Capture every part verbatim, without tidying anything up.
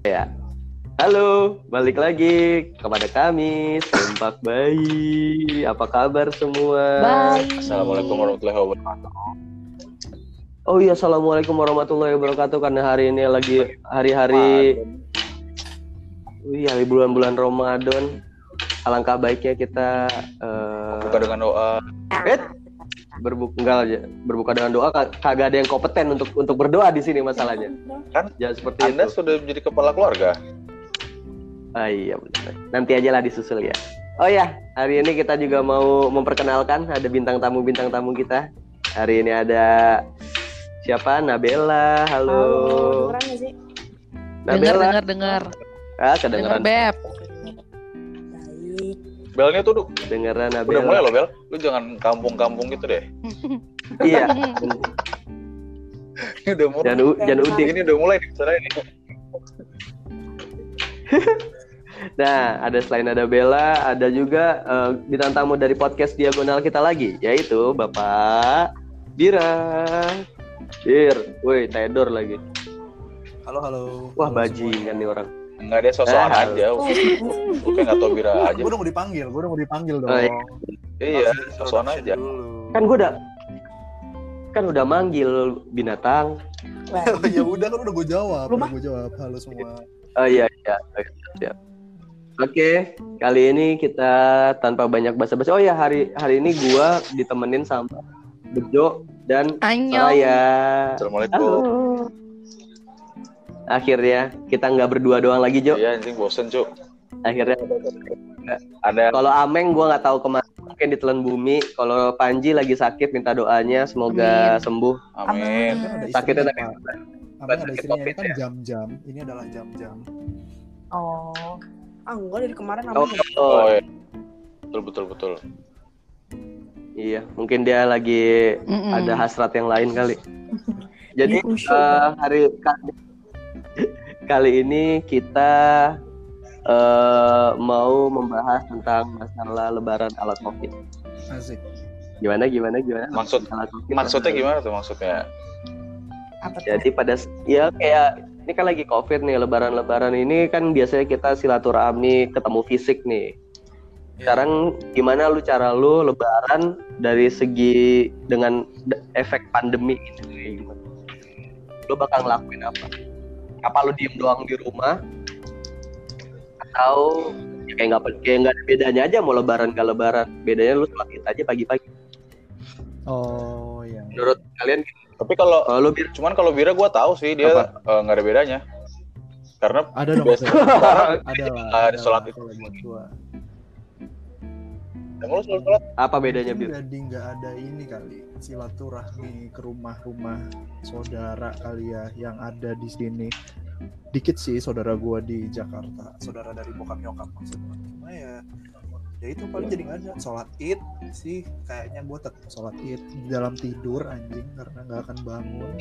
Ya. Halo, balik lagi kepada kami, Sempak Bayi. Apa kabar semua? Baik. Assalamualaikum warahmatullahi wabarakatuh. Oh iya, assalamualaikum warahmatullahi wabarakatuh. Karena hari ini lagi hari-hari, iya bulan-bulan Ramadan. Alangkah baiknya kita uh, buka dengan doa. Eh, berbuka enggak aja. Berbuka dengan doa. Kagak ada yang kompeten untuk untuk berdoa di sini masalahnya. Kan? Jangan seperti Anda itu. sudah menjadi kepala keluarga. Ah iya benar. Nanti aja lah disusul ya. Oh ya, hari ini kita juga mau memperkenalkan ada bintang tamu bintang tamu kita. Hari ini ada siapa? Nabella. Halo. Halo, dengeran gak sih? Nabella. Dengar, dengar, Ah, dengar. kedengeran. Beb. Baik. Belnya tuh du- Dengeran udah Nabella. mulai loh Bel. Lu jangan kampung-kampung gitu deh. Iya. Ini udah mulai. Dan u- dan udik. Ini udah mulai nih, misalnya ini. Nah, ada selain ada Bella, ada juga uh, bintang tamu dari podcast Diagonal kita lagi, yaitu Bapak Bira. Bir, woi, Tedor lagi. Halo, halo. Wah, Halo bajingan nih orang. Enggak ada sosokan Ah. aja. Oke, enggak tahu bira aja. Gue udah mau dipanggil, gue udah mau dipanggil dong. Oh, iya. Iya, Langsung sosokan introduction aja. dulu. Kan gue udah kan udah manggil binatang. Ya udah kan udah gue jawab, Rumah? udah gue jawab. Halo semua. Oh iya iya. Siap. Oke, kali ini kita tanpa banyak basa-basi. Oh ya, hari hari ini gua ditemenin sama Bejo dan Annyeong. Soraya. Assalamualaikum. Halo. Akhirnya kita nggak berdua doang lagi, Jo. Iya, anjing bosen, Cuk. Akhirnya Ada kalau Ameng gua nggak tahu kemana, mungkin ditelan bumi. Kalau Panji lagi sakit, minta doanya semoga Amin. sembuh. amin. Kan ada Sakitnya istrinya, tapi Pak. Amin ada Sakit istrinya, ini COVID kan ya. jam-jam. Ini adalah jam-jam. Oh. Ah, enggak dari kemarin Oh, namanya. Oh, oh, iya. Betul betul betul. iya, mungkin dia lagi Mm-mm. ada hasrat yang lain kali. Jadi Iya, khusyuk. eh, hari kali, kali ini kita eh, mau membahas tentang masalah Lebaran ala Covid. Asik. Gimana gimana gimana? Maksud Ala COVID. maksudnya gimana tuh maksudnya? Apa tuh? Jadi pada ya kayak ini kan lagi Covid nih, Lebaran-Lebaran ini kan biasanya kita silaturahmi, ketemu fisik nih. Sekarang gimana lu cara lu Lebaran dari segi dengan d- efek pandemi ini? Gimana? Lu bakal ngelakuin apa? Apa lu diem doang di rumah? Atau ya kayak nggak kayak nggak ada bedanya aja mau Lebaran gak Lebaran? Bedanya lu sholat Id aja pagi-pagi. Oh iya. Menurut kalian? Tapi kalau Kalau lu bir cuman kalau bira gua tahu sih dia Apa? eh, nggak ada bedanya. Karena Ada dong. biasa Ada lah. Ah, ada di sholat lah, itu. kalau buat gua. emang lu sholat sholat apa bedanya bir? Jadi nggak ada ini kali silaturahmi ke rumah-rumah saudara kali ya yang ada di sini. Dikit sih saudara gua di Jakarta, saudara dari bokap nyokap maksudnya. Cuma ya, ya itu paling jadi nggak ada sholat id sih. Kayaknya gua tetap sholat id di dalam tidur anjing karena nggak akan bangun.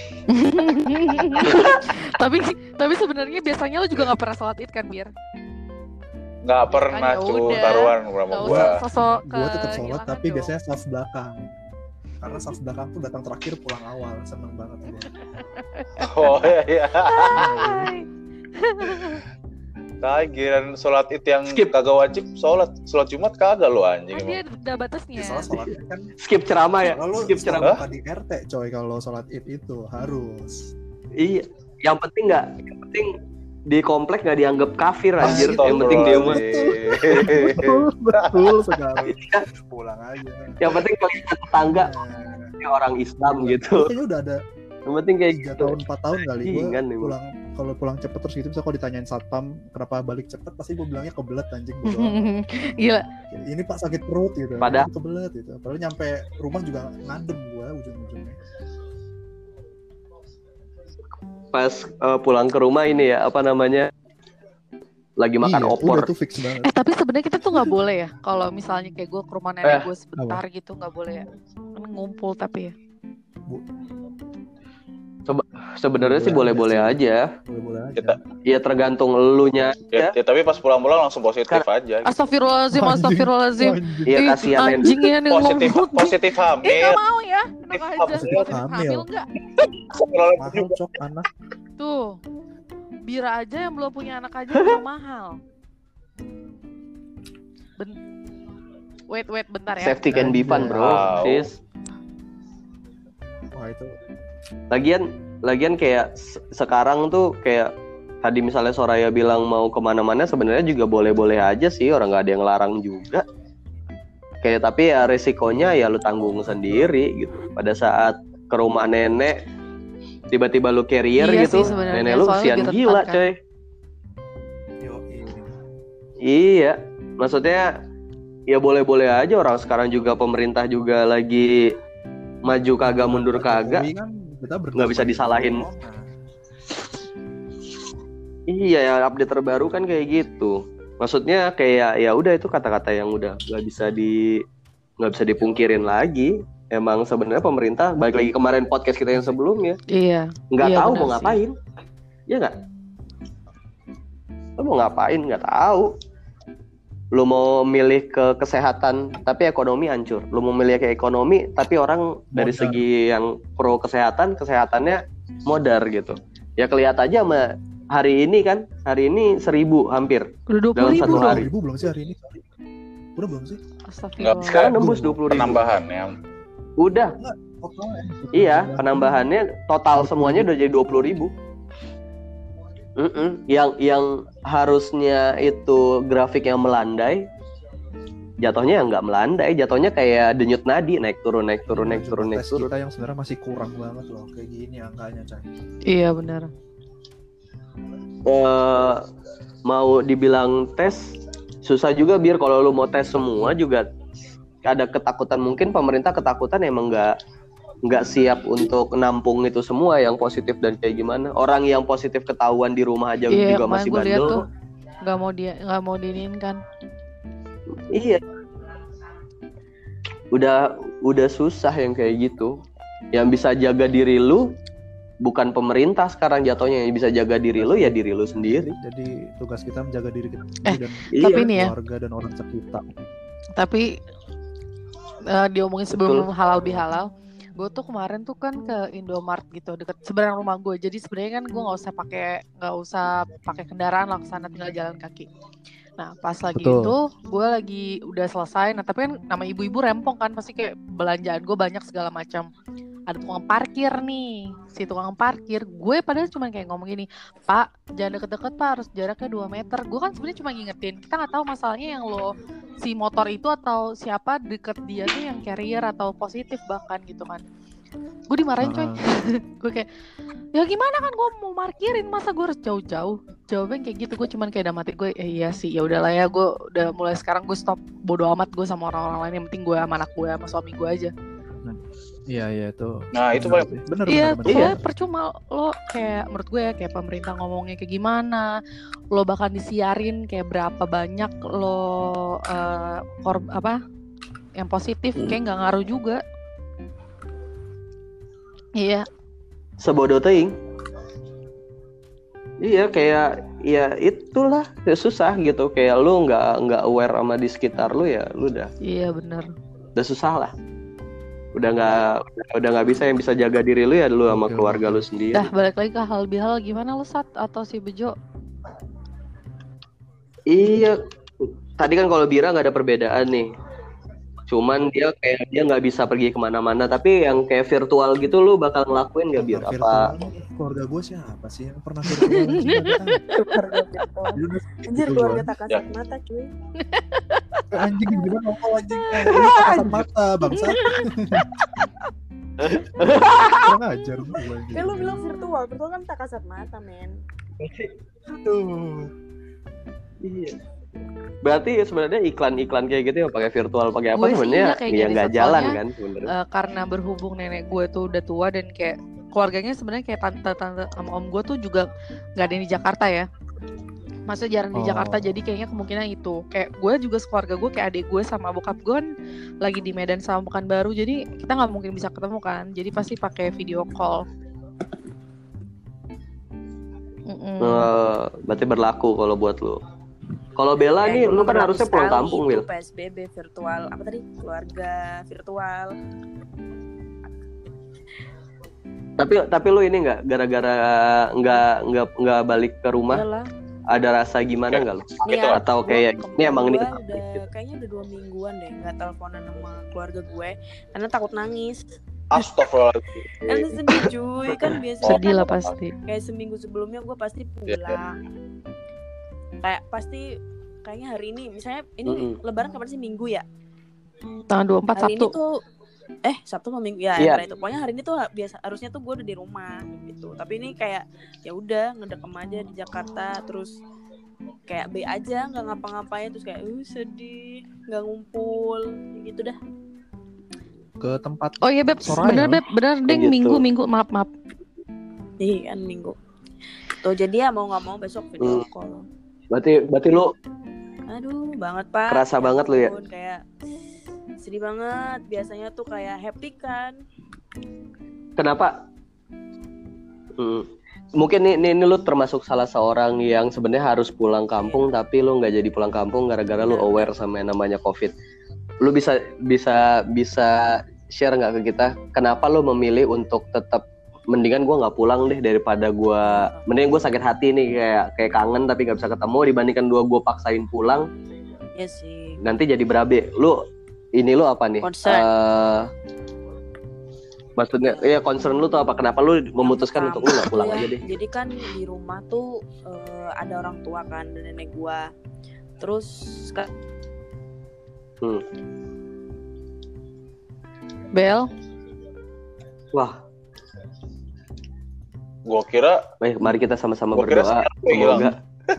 tapi tapi sebenarnya biasanya lo juga nggak pernah sholat id kan, Bir? nggak pernah Kan ya cu udah. taruhan sama Nggak gua. usah sosok Gua tetap sholat kehilangan tapi dong. biasanya saf belakang. Karena saf belakang tuh datang terakhir pulang awal, seneng banget gua. Oh iya iya. Hai. Kagiran sholat id yang Skip. kagak wajib sholat sholat Jumat kagak lo anjing Kan dia emang. udah batasnya. Ya soalnya sholat id kan Skip ceramah ya? kalau lu Skip stop ceramah. buka di R T coy kalau sholat id itu harus. Iya. Yang penting nggak, yang penting di komplek nggak dianggap kafir anjir. Astagfirullah. Yang penting dia mah. betul, betul sekali. Pulang aja. Yang penting kalian tetangga Nah, ini orang Islam gitu. kayaknya udah ada Yang penting kayak tiga gitu. tahun empat tahun kali gue Ingan nih, pulang kalau pulang cepet terus gitu misalnya kalau ditanyain satpam kenapa balik cepet pasti gue bilangnya kebelet anjing gua doang. Gila. Ini pak sakit perut gitu. Padahal- kebelet gitu. Padahal nyampe rumah juga ngadem gue ujung-ujungnya. Pas eh, pulang ke rumah ini ya apa namanya lagi makan Iya, opor. udah tuh fix banget. Eh tapi sebenarnya kita tuh nggak boleh ya kalau misalnya kayak gue ke rumah nenek Eh, gue sebentar gitu nggak boleh ya. Kan ngumpul tapi ya. Sebenarnya sih boleh-boleh aja. Boleh-boleh aja. Kita Ya tergantung elunya ya, ya. ya, tapi pas pulang-pulang langsung positif aja. Astagfirullahaladzim, Anjing. astagfirullahaladzim. Anjing. Iya Ih, kasihan men. anjingnya nih Positif ngomong. positif Eh hamil. nggak mau ya, enak aja. Positif Positif hamil. hamil nggak? Mahal cok anak. Tuh, Bira aja yang belum punya anak aja udah mahal. Ben- wait wait bentar ya. Safety can be fun, bro. Wow. Sis. Wah itu Lagian, lagian kayak se- sekarang tuh kayak tadi misalnya Soraya bilang mau kemana-mana, sebenarnya juga boleh-boleh aja sih, orang nggak ada yang larang juga. Kayak tapi ya resikonya ya lu tanggung sendiri gitu. Pada saat ke rumah nenek, tiba-tiba lu carrier Iya gitu, sih sebenarnya, nenek lu soalnya kesian lebih rentan gila kan. coy. yo ini. Iya, maksudnya ya boleh-boleh aja, orang sekarang juga pemerintah juga lagi maju kagak mundur kagak. Kan kita Nggak bisa disalahin. Iya, ya update terbaru kan kayak gitu. Maksudnya kayak ya udah itu kata-kata yang udah nggak bisa di nggak bisa dipungkirin lagi. Emang sebenarnya pemerintah, balik lagi kemarin podcast kita yang sebelumnya, Iya. nggak Iya, tahu benar mau sih. ngapain, ya nggak? Lo mau ngapain nggak tahu. Lo mau milih ke kesehatan tapi ekonomi hancur. Lo mau milih ke ekonomi tapi orang dari Modar. segi yang pro kesehatan, kesehatannya modar gitu. Ya kelihatan aja sama hari ini kan, hari ini seribu hampir. Udah dua puluh Dalam ribu satu dong. hari. ribu belum sih hari ini? Udah belum sih? Astagfirullah. Sekarang nembus dua puluh ribu. Penambahan ya. Udah, Totalnya. iya penambahannya total semuanya udah jadi dua puluh ribu. Mm-mm. Yang yang harusnya itu grafik yang melandai, jatuhnya yang nggak melandai, jatuhnya kayak denyut nadi, naik turun naik turun naik turun naik Tes turun. kita yang sebenarnya masih kurang banget loh kayak gini angkanya, Cai. Iya benar. Eh, mau dibilang tes susah juga, biar kalau lu mau tes semua juga ada ketakutan, mungkin pemerintah ketakutan emang nggak nggak siap untuk nampung itu semua yang positif dan kayak gimana. Orang yang positif ketahuan di rumah aja Iya, juga kemarin masih gue lihat bandel. tuh nggak mau dia nggak mau diinin kan. Iya. Udah udah susah yang kayak gitu. Yang bisa jaga diri lu bukan pemerintah sekarang, jatuhnya yang bisa jaga diri lu ya diri lu sendiri. Jadi tugas kita menjaga diri kita Eh, dan Tapi nih ya, keluarga dan orang sekitar. tapi eh, diomongin sebelum Betul. halal bihalal, gue tuh kemarin tuh kan ke Indomart gitu deket seberang rumah gue. Jadi sebenarnya kan gue nggak usah pakai nggak usah pakai kendaraan lah ke sana, tinggal jalan kaki. Nah pas lagi Betul. itu gue lagi udah selesai. Nah tapi kan nama ibu-ibu rempong kan, pasti kayak belanjaan gue banyak segala macam. Ada tukang parkir nih, si tukang parkir gue padahal cuma kayak ngomong gini, Pak jangan deket-deket Pak, harus jaraknya dua meter. Gue kan sebenarnya cuma ngingetin, kita nggak tahu masalahnya yang lo si motor itu atau siapa deket dia tuh yang carrier atau positif bahkan gitu kan. Gue dimarahin coy. Ah, Gue kayak ya gimana kan gue mau parkirin, masa gue harus jauh-jauh. Jawabnya kayak gitu. Gue cuman kayak dalam hati gue eh, iya sih ya udahlah ya, gue udah mulai sekarang gue stop bodo amat gue sama orang-orang lain, yang penting gue sama anak gue sama suami gue aja. iya iya itu. Nah, itu benar paling- sih. Benar Iya, benar benar. soalnya percuma lo kayak menurut gue ya, kayak pemerintah ngomongnya kayak gimana, lo bakal disiarin kayak berapa banyak lo eh, kor apa yang positif, kayak nggak ngaruh juga. Iya, Sebodoh teuing. Iya kayak ya itulah ya susah gitu, kayak lu nggak nggak aware sama di sekitar lu ya lu udah iya benar. udah susah lah, udah nggak udah nggak bisa, yang bisa jaga diri lu ya lu sama Oke, keluarga oke. lu sendiri. Dah balik lagi ke hal bihal, gimana lo Sat atau si Bejo? Iya, tadi kan kalau Bira nggak ada perbedaan nih, cuman dia kayak dia nggak bisa pergi kemana-mana, tapi yang kayak virtual gitu lu bakal ngelakuin nggak Bir? Nah, Apa? virtual nih, keluarga gue siapa sih yang pernah virtual anjing? Nggak tahu. Keluarga virtual. Dia Anjir duluan. keluarga tak kasat mata cuy. Anjing gimana ngomong anjing? Eh, Lu kasar mata bangsa. Kurang ajar gue anjing. Eh lu bilang virtual, virtual kan tak kasat mata men. Aduh. Iya. Berarti sebenarnya iklan-iklan kayak gitu yang pakai virtual pakai apa Gue sih sebenarnya iya kayak ya gitu, nggak jalan soalnya, kan sebenarnya. Eh, karena berhubung nenek gue tuh udah tua dan kayak keluarganya sebenarnya kayak tante-tante sama om gue tuh juga nggak ada yang di Jakarta ya. Maksudnya jarang di Oh. Jakarta, jadi kayaknya kemungkinan itu. Kayak gue juga keluarga gue kayak adik gue sama bokap gue kan lagi di Medan sama Pekanbaru, jadi kita nggak mungkin bisa ketemu kan. Jadi pasti pakai video call. Mm-mm. Eh, berarti berlaku kalau buat lu. Kalau Bella Eh, nih, lu emang kan berlaku harusnya pulang sekali kampung, itu Will. P S B B virtual, apa tadi? Keluarga virtual. Tapi tapi lu ini nggak gara-gara nggak nggak nggak balik ke rumah Iyalah. ada rasa gimana nggak lu? Nih Gitu. ya, Atau gua- kayak gua- ini emang ini gua kenapa udah gitu? kayaknya udah dua mingguan deh nggak teleponan sama keluarga gue karena takut nangis. Astagfirullahaladzim. Karena sedih cuy kan biasanya Sedih kan lah pasti. kayak seminggu sebelumnya gue pasti Iya, pulang. Kayak pasti kayaknya hari ini misalnya ini Mm-mm. Lebaran kapan sih Minggu ya? Tanggal dua puluh empat Hari Sabtu. ini tuh eh Sabtu sama Minggu ya, Iya. antara itu. Pokoknya hari ini tuh biasa harusnya tuh gue udah di rumah gitu. Tapi ini kayak ya udah ngedekem aja di Jakarta terus kayak B aja nggak ngapa-ngapain terus kayak uh sedih nggak ngumpul gitu dah. Ke tempat Oh iya Beb, Soraya. bener Beb, bener deng gitu. minggu minggu maaf maaf. Iya kan Minggu. Tuh jadi ya mau nggak mau besok video Hmm. call. Berarti berarti lu Aduh banget pak. Kerasa banget lu ya? ampun, Kayak sedih banget. Biasanya tuh kayak happy kan. kenapa? Hmm. Mungkin nih, nih, nih lu termasuk salah seorang yang sebenarnya harus pulang kampung tapi lu nggak jadi pulang kampung gara-gara lu Benar. aware sama yang namanya COVID. Lu bisa bisa bisa share nggak ke kita kenapa lu memilih untuk tetap mendingan gua nggak pulang deh daripada gua mendingan gua sakit hati nih kayak kayak kangen tapi nggak bisa ketemu dibandingkan dua gua paksain pulang Ya sih. nanti jadi berabe. Lu ini lu apa nih? Concern. Eh, maksudnya ya concern lu tuh apa? Kenapa lu memutuskan Yang untuk lu nggak pulang pertama aja tuh deh? ya, jadi kan di rumah tuh eh, ada orang tua kan dan nenek gua. Terus ka- Hmm. Bel, Wah, Gua kira baik mari kita sama-sama Gua kira berdoa siapa yang semoga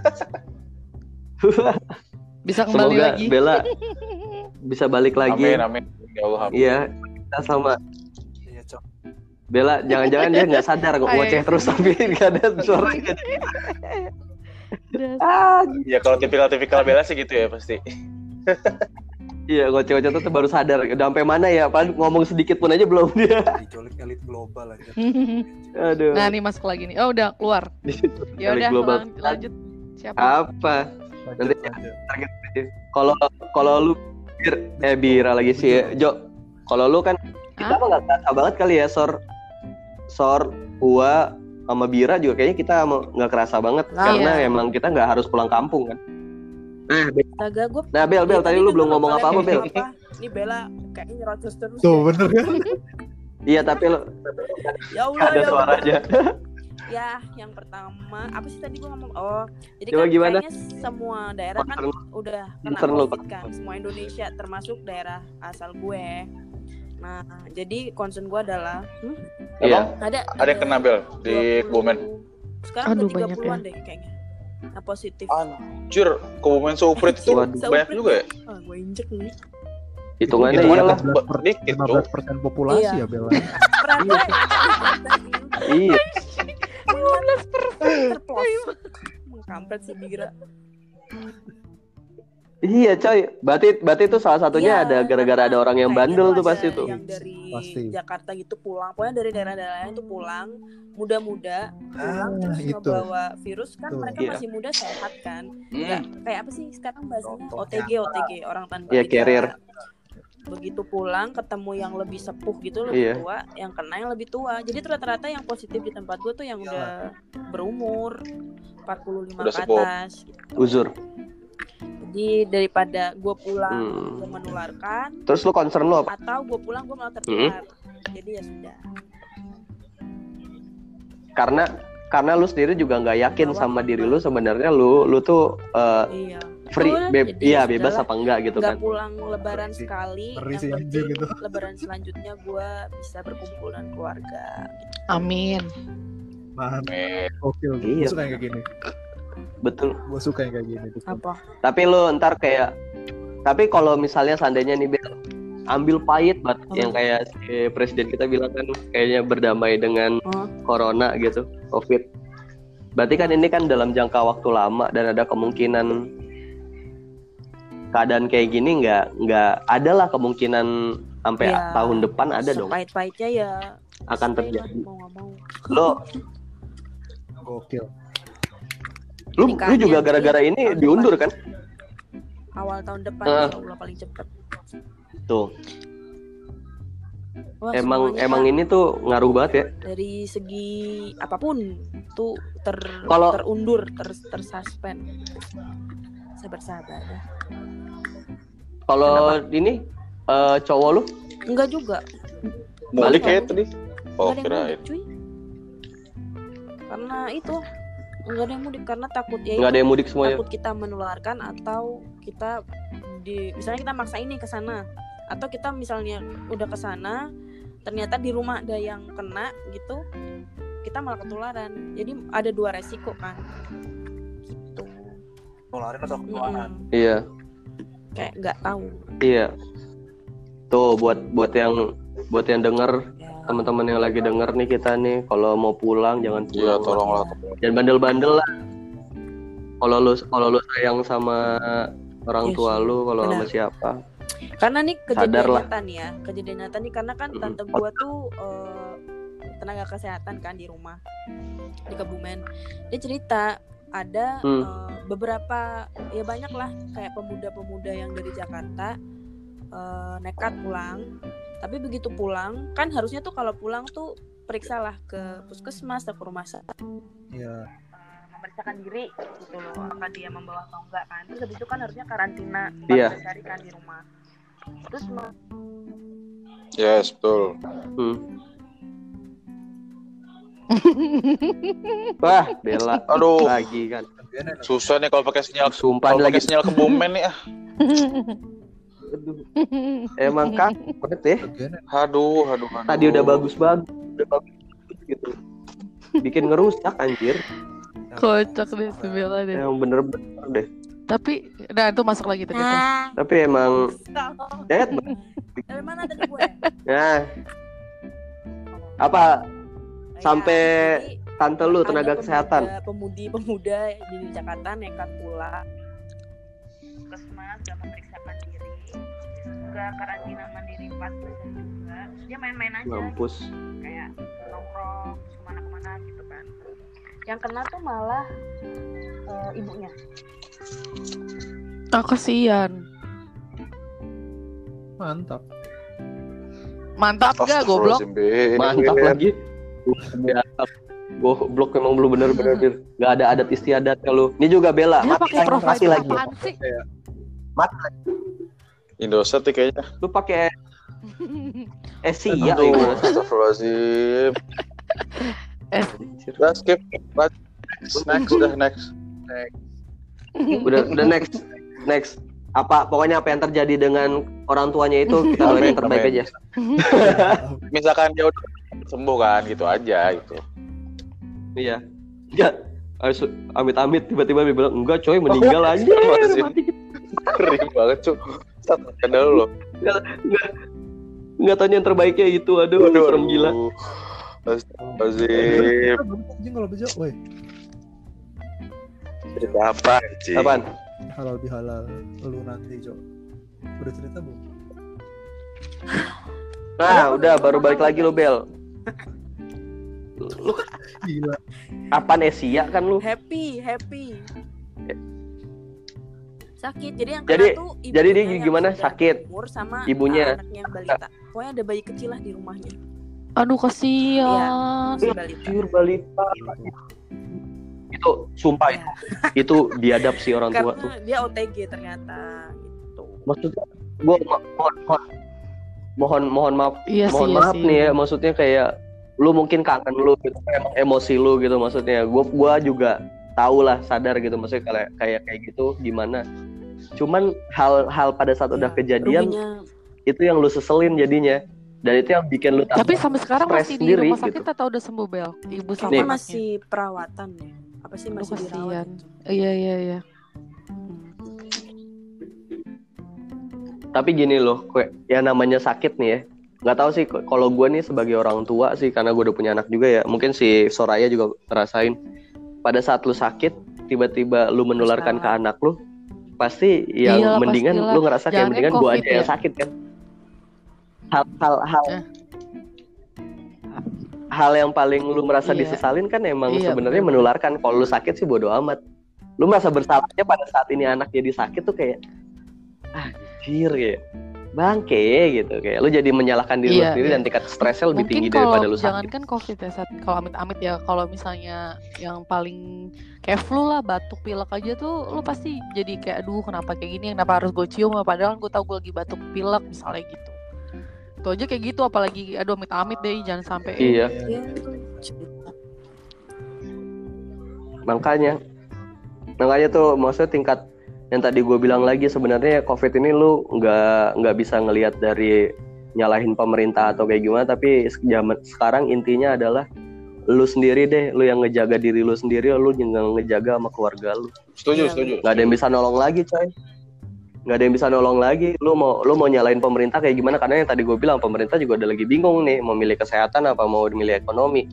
bisa kembali semoga lagi. Bella bisa balik lagi. amin amin. Ya Allah amin. Iya, kita sama Iya, Cok. Bella. Jangan-jangan dia nggak sadar kok Hai. ngoceh terus tapi nggak ada suaranya. Das- Ah, Ya kalau tipikal-tipikal Bella sih gitu ya pasti. iya ngoceh-ngoceh tuh baru sadar. Udah sampai mana ya? Pan ngomong sedikit pun aja belum dia. Diculik elit global aja. Aduh. Nah, nih masuk lagi nih. Oh, udah keluar. Ya Elit udah global. lang- lanjut. Siapa? Apa? Lanjut, Nanti- lanjut. Kalau kalau lu bir, eh Bira lagi sih ya. Jo. Kalau lu kan kita Hah? mah nggak kerasa banget kali ya Sor. Sor, gua sama Bira juga kayaknya kita mau- nggak kerasa banget Nah, karena iya. emang kita nggak harus pulang kampung kan. Nah, Bel, Astaga gue. nah, Bel, Bel tadi lu belum ngomong apa-apa Bel. Ini Bella kayaknya nyerocos terus. Tuh ya. bener kan? Iya tapi lu Ya Allah. ada ya Allah. suaranya. Ya, yang pertama apa sih tadi gue ngomong? Oh, jadi Coba kan gimana? kayaknya semua daerah kan Concern- udah kena concern lu, COVID kan, semua Indonesia termasuk daerah asal gue. Nah, jadi concern gue adalah hmm, Iya. Emang ada ada yang kena Bel di dua puluh Kebumen. Sekarang Aduh, udah tiga banyak puluhan deh kayaknya. Nah, positif. Anjir, Kebumen Suprit itu Waduh. banyak juga ya? Ah, gue injek nih. Hitungannya Itu iyalah. lima belas per- dikit lima tuh. belas persen populasi Iya. ya Bella. Berapa? Iya. lima belas persen terpelosok. Mengkampret sih Bira. Iya coy, berarti berarti itu salah satunya Iya, ada gara-gara ada orang yang kayaknya bandel tuh tuh pasti ada tuh. Yang dari Pasti. Jakarta gitu pulang, pokoknya dari daerah-daerah lain tuh pulang, muda-muda, pulang Ah, terus itu. ngebawa virus kan Tuh. mereka Iya. masih muda sehat kan, Hmm. nggak kayak apa sih sekarang bahasanya O T G O T G orang tanpa Iya, gejala. carrier. Begitu pulang ketemu yang lebih sepuh gitu lebih Iya. tua, yang kena yang lebih tua. Jadi tuh rata-rata yang positif di tempat gue tuh yang udah berumur empat puluh lima Udah ke sepuh. atas. Gitu. Uzur. Jadi daripada gue pulang Hmm. gue menularkan Terus lu concern lu apa? atau gue pulang gue malah tertular. Jadi ya sudah. Karena karena lu sendiri juga nggak yakin Bahwa sama apa? diri lu sebenarnya lu lu tuh eh, Iya. free, Betul, be- jadi iya ya bebas sudahlah. apa enggak gitu Nggak kan? pulang lebaran Ngeri sih. sekali. Ngeri Yang sih, penting anjir gitu. lebaran selanjutnya gue bisa berkumpul dengan keluarga. Amin. Mantap, Amin. gokil. Iya. Gue suka yang kayak gini. Betul. Gue suka yang kayak gini. betul. Apa? Tapi lu ntar kayak tapi kalau misalnya seandainya nih Bel, ambil pahit banget Apa? yang kayak si presiden kita bilang kan kayaknya berdamai dengan Oh. corona gitu, covid. Berarti kan ini kan dalam jangka waktu lama dan ada kemungkinan keadaan kayak gini nggak nggak ada lah kemungkinan sampai Ya, tahun depan ada dong Sepahit-pahitnya ya akan stay lah, terjadi. mau nggak mau. Lo Gokil. lu lu Nikahannya juga gara-gara iya, ini tahun diundur depan. kan? Awal tahun depan Ah. insya Allah paling cepat. Tuh. Wah, Emang semuanya emang ini tuh ngaruh banget ya. dari segi apapun tuh ter Kalau- terundur, ter tersuspend. Sabar-sabar ya. Kalau ini eh, cowok lu Enggak juga. Mudik Balik kayak lagi. tadi. Oh, Enggak ada yang kirain. mudik, cuy. Karena itu enggak ada yang mudik karena takut ya nggak itu, ada yang mudik semua ya. takut kita menularkan atau kita di misalnya kita maksain nih ke sana atau kita misalnya udah ke sana ternyata di rumah ada yang kena gitu kita malah ketularan, jadi ada dua resiko kan gitu. Nularin atau ketularan. Mm-mm. Iya, Kayak nggak tahu iya. Tuh buat buat yang buat yang denger, ya. teman-teman yang lagi denger nih kita nih, kalau mau pulang jangan Iya, pulang. tolonglah. Jangan bandel-bandel lah. Kalau lu kalau lu sayang sama orang Yes, tua lu, kalau sama benar. siapa? Karena nih Sadar kejadian lah. nyata nih ya, kejadian nyata nih karena kan Mm-mm. tante gua tuh eh, tenaga kesehatan kan di rumah di Kebumen. Dia cerita ada Hmm. eh, beberapa ya banyak lah kayak pemuda-pemuda yang dari Jakarta eh, nekat pulang. Tapi begitu pulang kan harusnya tuh kalau pulang tuh periksalah ke puskesmas atau ke rumah sakit. Iya. Memeriksakan diri gitu loh, apakah dia membawa atau enggak kan. Terus habis itu kan harusnya karantina Iya. empat belas hari kan di rumah. Terus mau Yes, betul. Hmm. Wah, Bella Aduh, lagi kan. susah nih kalau pakai sinyal. Sumpah Kalau lagi. pakai sinyal Kebumen nih ah. Aduh, emang kaget ya. Aduh, aduh, aduh. Tadi udah bagus banget, udah bagus gitu. Bikin ngerusak anjir. Kocak deh si Bella deh. Yang bener-bener deh. Tapi, nah itu masuk lagi tadi tuh. ah, Tapi emang Jet, dari mana tadi gue? nah, apa Ya, Sampai jadi tante lu ada tenaga pemuda- kesehatan? Pemudi-pemuda di Jakarta nekat pulang. Puskesmas gak memeriksakan diri, juga karantina mandiri empat belas hari juga. Dia main-main aja, Mampus. kayak nongkrong kemana-kemana gitu kan. Yang kena tuh malah eh, ibunya. Ah, kasihan. Mantap. Mantap gak goblok? Astagfirullahaladzim, Be. Mantap lagi. Goblok memang belum bener-bener Bir. Gak ada adat istiadat kalau. Ini juga Bella. Dia Mati pakai konsentrasi provider lagi. apaan sih? Indosat nih kayaknya. Lu pakai eh sih ya Aduh, gimana? astagfirullahaladzim. Eh, Udah skip. Next, next, udah next. Udah udah next. Next. Apa pokoknya apa yang terjadi dengan orang tuanya itu kita doain yang terbaik Amin. aja. Misalkan dia udah sembuh kan, gitu aja gitu. Iya. Enggak. Amit-amit tiba-tiba dia bilang enggak coy meninggal aja. Astagfirullahaladzim. Mati. Kering banget, cu. Satu dulu. Enggak tanya yang terbaiknya itu. Aduh, serem gila. Astagfirullahaladzim. Anjing kalau bejo, woi. Cerita apa, Ci? Apaan? Halal bihalal lu nanti, Jo. Udah cerita, Bu? Nah, udah baru balik lagi lu Bel. Lu Gila. apa Nesia kan lu? Happy, happy. Sakit. Jadi yang Jadi- kena tuh ibunya jadi dia yang gimana? sudah Sakit. berumur sama Ibunya. uh, anaknya yang balita. Pokoknya ada bayi kecil lah di rumahnya. aduh kasihan. Masih balita. Anjir balita. Itu sumpah Ya. itu biadab sih orang tua tuh. Karena dia O T G ternyata gitu. Maksudnya gua mo- mohon mohon mohon, mohon maaf Iya sih, mohon iya maaf sih. nih ya, maksudnya kayak lu mungkin kangen lu gitu, emang emosi lu gitu maksudnya. Gua gua juga tahu lah, sadar gitu maksudnya kayak kayak kayak gitu gimana. Cuman hal-hal pada saat udah Ya, kejadian ruginya itu yang lu seselin jadinya, dan itu yang bikin lu Tapi tambah sampai sekarang stres masih di sendiri, rumah sakit gitu. atau udah sembuh, Bel? Ibu sama kayaknya Nih. masih perawatan ya. Apa sih Aduh, masih kasihan. dirawat? Iya, iya, iya. Tapi gini loh, kue yang namanya sakit nih ya. Nggak tahu sih k- kalau gue nih sebagai orang tua sih, karena gue udah punya anak juga ya. Mungkin si Soraya juga ngerasain. Pada saat lu sakit, tiba-tiba lu menularkan ke anak lu, pasti yang Iyalah, mendingan pastilah. lu ngerasa kayak Jangan mendingan kan gue COVID aja yang ya. sakit kan. Hal-hal hal Eh. hal yang paling lu merasa Iya. disesalin kan emang Iya, sebenarnya bener. menularkan. Kalau lu sakit sih bodo amat. Lu merasa bersalahnya pada saat ini anak jadi sakit tuh kayak ah, anjir ya. bangke gitu, kayak lu jadi menyalahkan diri lu Iya, sendiri iya. dan tingkat stresnya lebih Mungkin tinggi kalau daripada lu sakit. jangankan covid ya, saat kalau amit-amit ya, kalau misalnya yang paling kayak flu lah, batuk pilek aja tuh lu pasti jadi kayak aduh kenapa kayak gini, kenapa harus gue cium, padahal gue tahu gue lagi batuk pilek misalnya gitu. Itu aja kayak gitu, apalagi aduh amit-amit deh jangan sampai Iya, Iya, itu cerita. makanya makanya tuh maksudnya tingkat yang tadi gue bilang lagi, sebenarnya COVID ini lu nggak nggak bisa ngelihat dari nyalahin pemerintah atau kayak gimana, tapi zaman sekarang intinya adalah lu sendiri deh, lu yang ngejaga diri lu sendiri, lu yang ngejaga sama keluarga lu. Setuju, Iya, setuju. Nggak ada yang bisa nolong lagi, coy. Nggak ada yang bisa nolong lagi. Lu mau lu mau nyalain pemerintah kayak gimana? Karena yang tadi gue bilang, pemerintah juga udah lagi bingung nih, mau milih kesehatan apa mau milih ekonomi.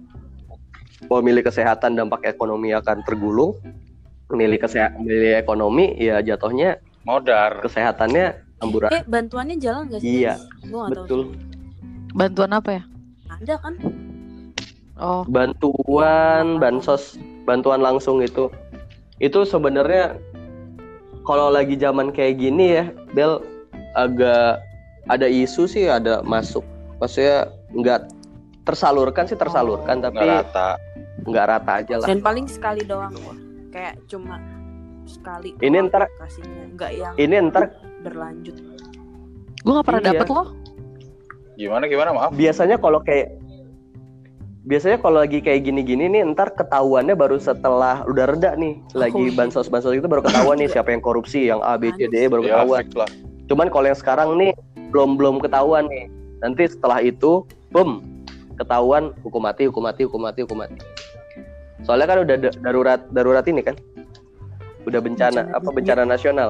Mau milih kesehatan, dampak ekonomi akan tergulung. Milih kesehatan, milih ekonomi, ya jatuhnya Modar. kesehatannya amburan. Eh, bantuannya jalan gak sih? Iya, Gue gak tahu. betul. bantuan apa ya? Ada kan? Oh, Bantuan, bansos, bantuan langsung itu, itu sebenarnya kalau lagi zaman kayak gini ya, Bel, agak ada isu sih, ada masuk. Maksudnya nggak tersalurkan sih tersalurkan, tapi Nggak rata. nggak rata aja lah. Dan paling sekali doang. Kayak cuma sekali. Ini doang ntar- kasihnya. Nggak yang Ini ntar berlanjut. gue nggak pernah Iya. dapet loh. Gimana, gimana, maaf? biasanya kalau kayak biasanya kalau lagi kayak gini-gini nih, ntar ketahuannya baru setelah udah reda nih, lagi iya. bansos-bansos itu baru ketahuan nih siapa yang korupsi, yang A, B, C, D, E baru Ya, ketahuan. fix lah. Cuman kalau yang sekarang nih belum belum ketahuan nih. Nanti setelah itu, boom, ketahuan hukum mati, hukum mati, hukum mati, hukum mati. Soalnya kan udah da- darurat darurat ini kan, udah bencana, Bencana apa dunia. bencana nasional.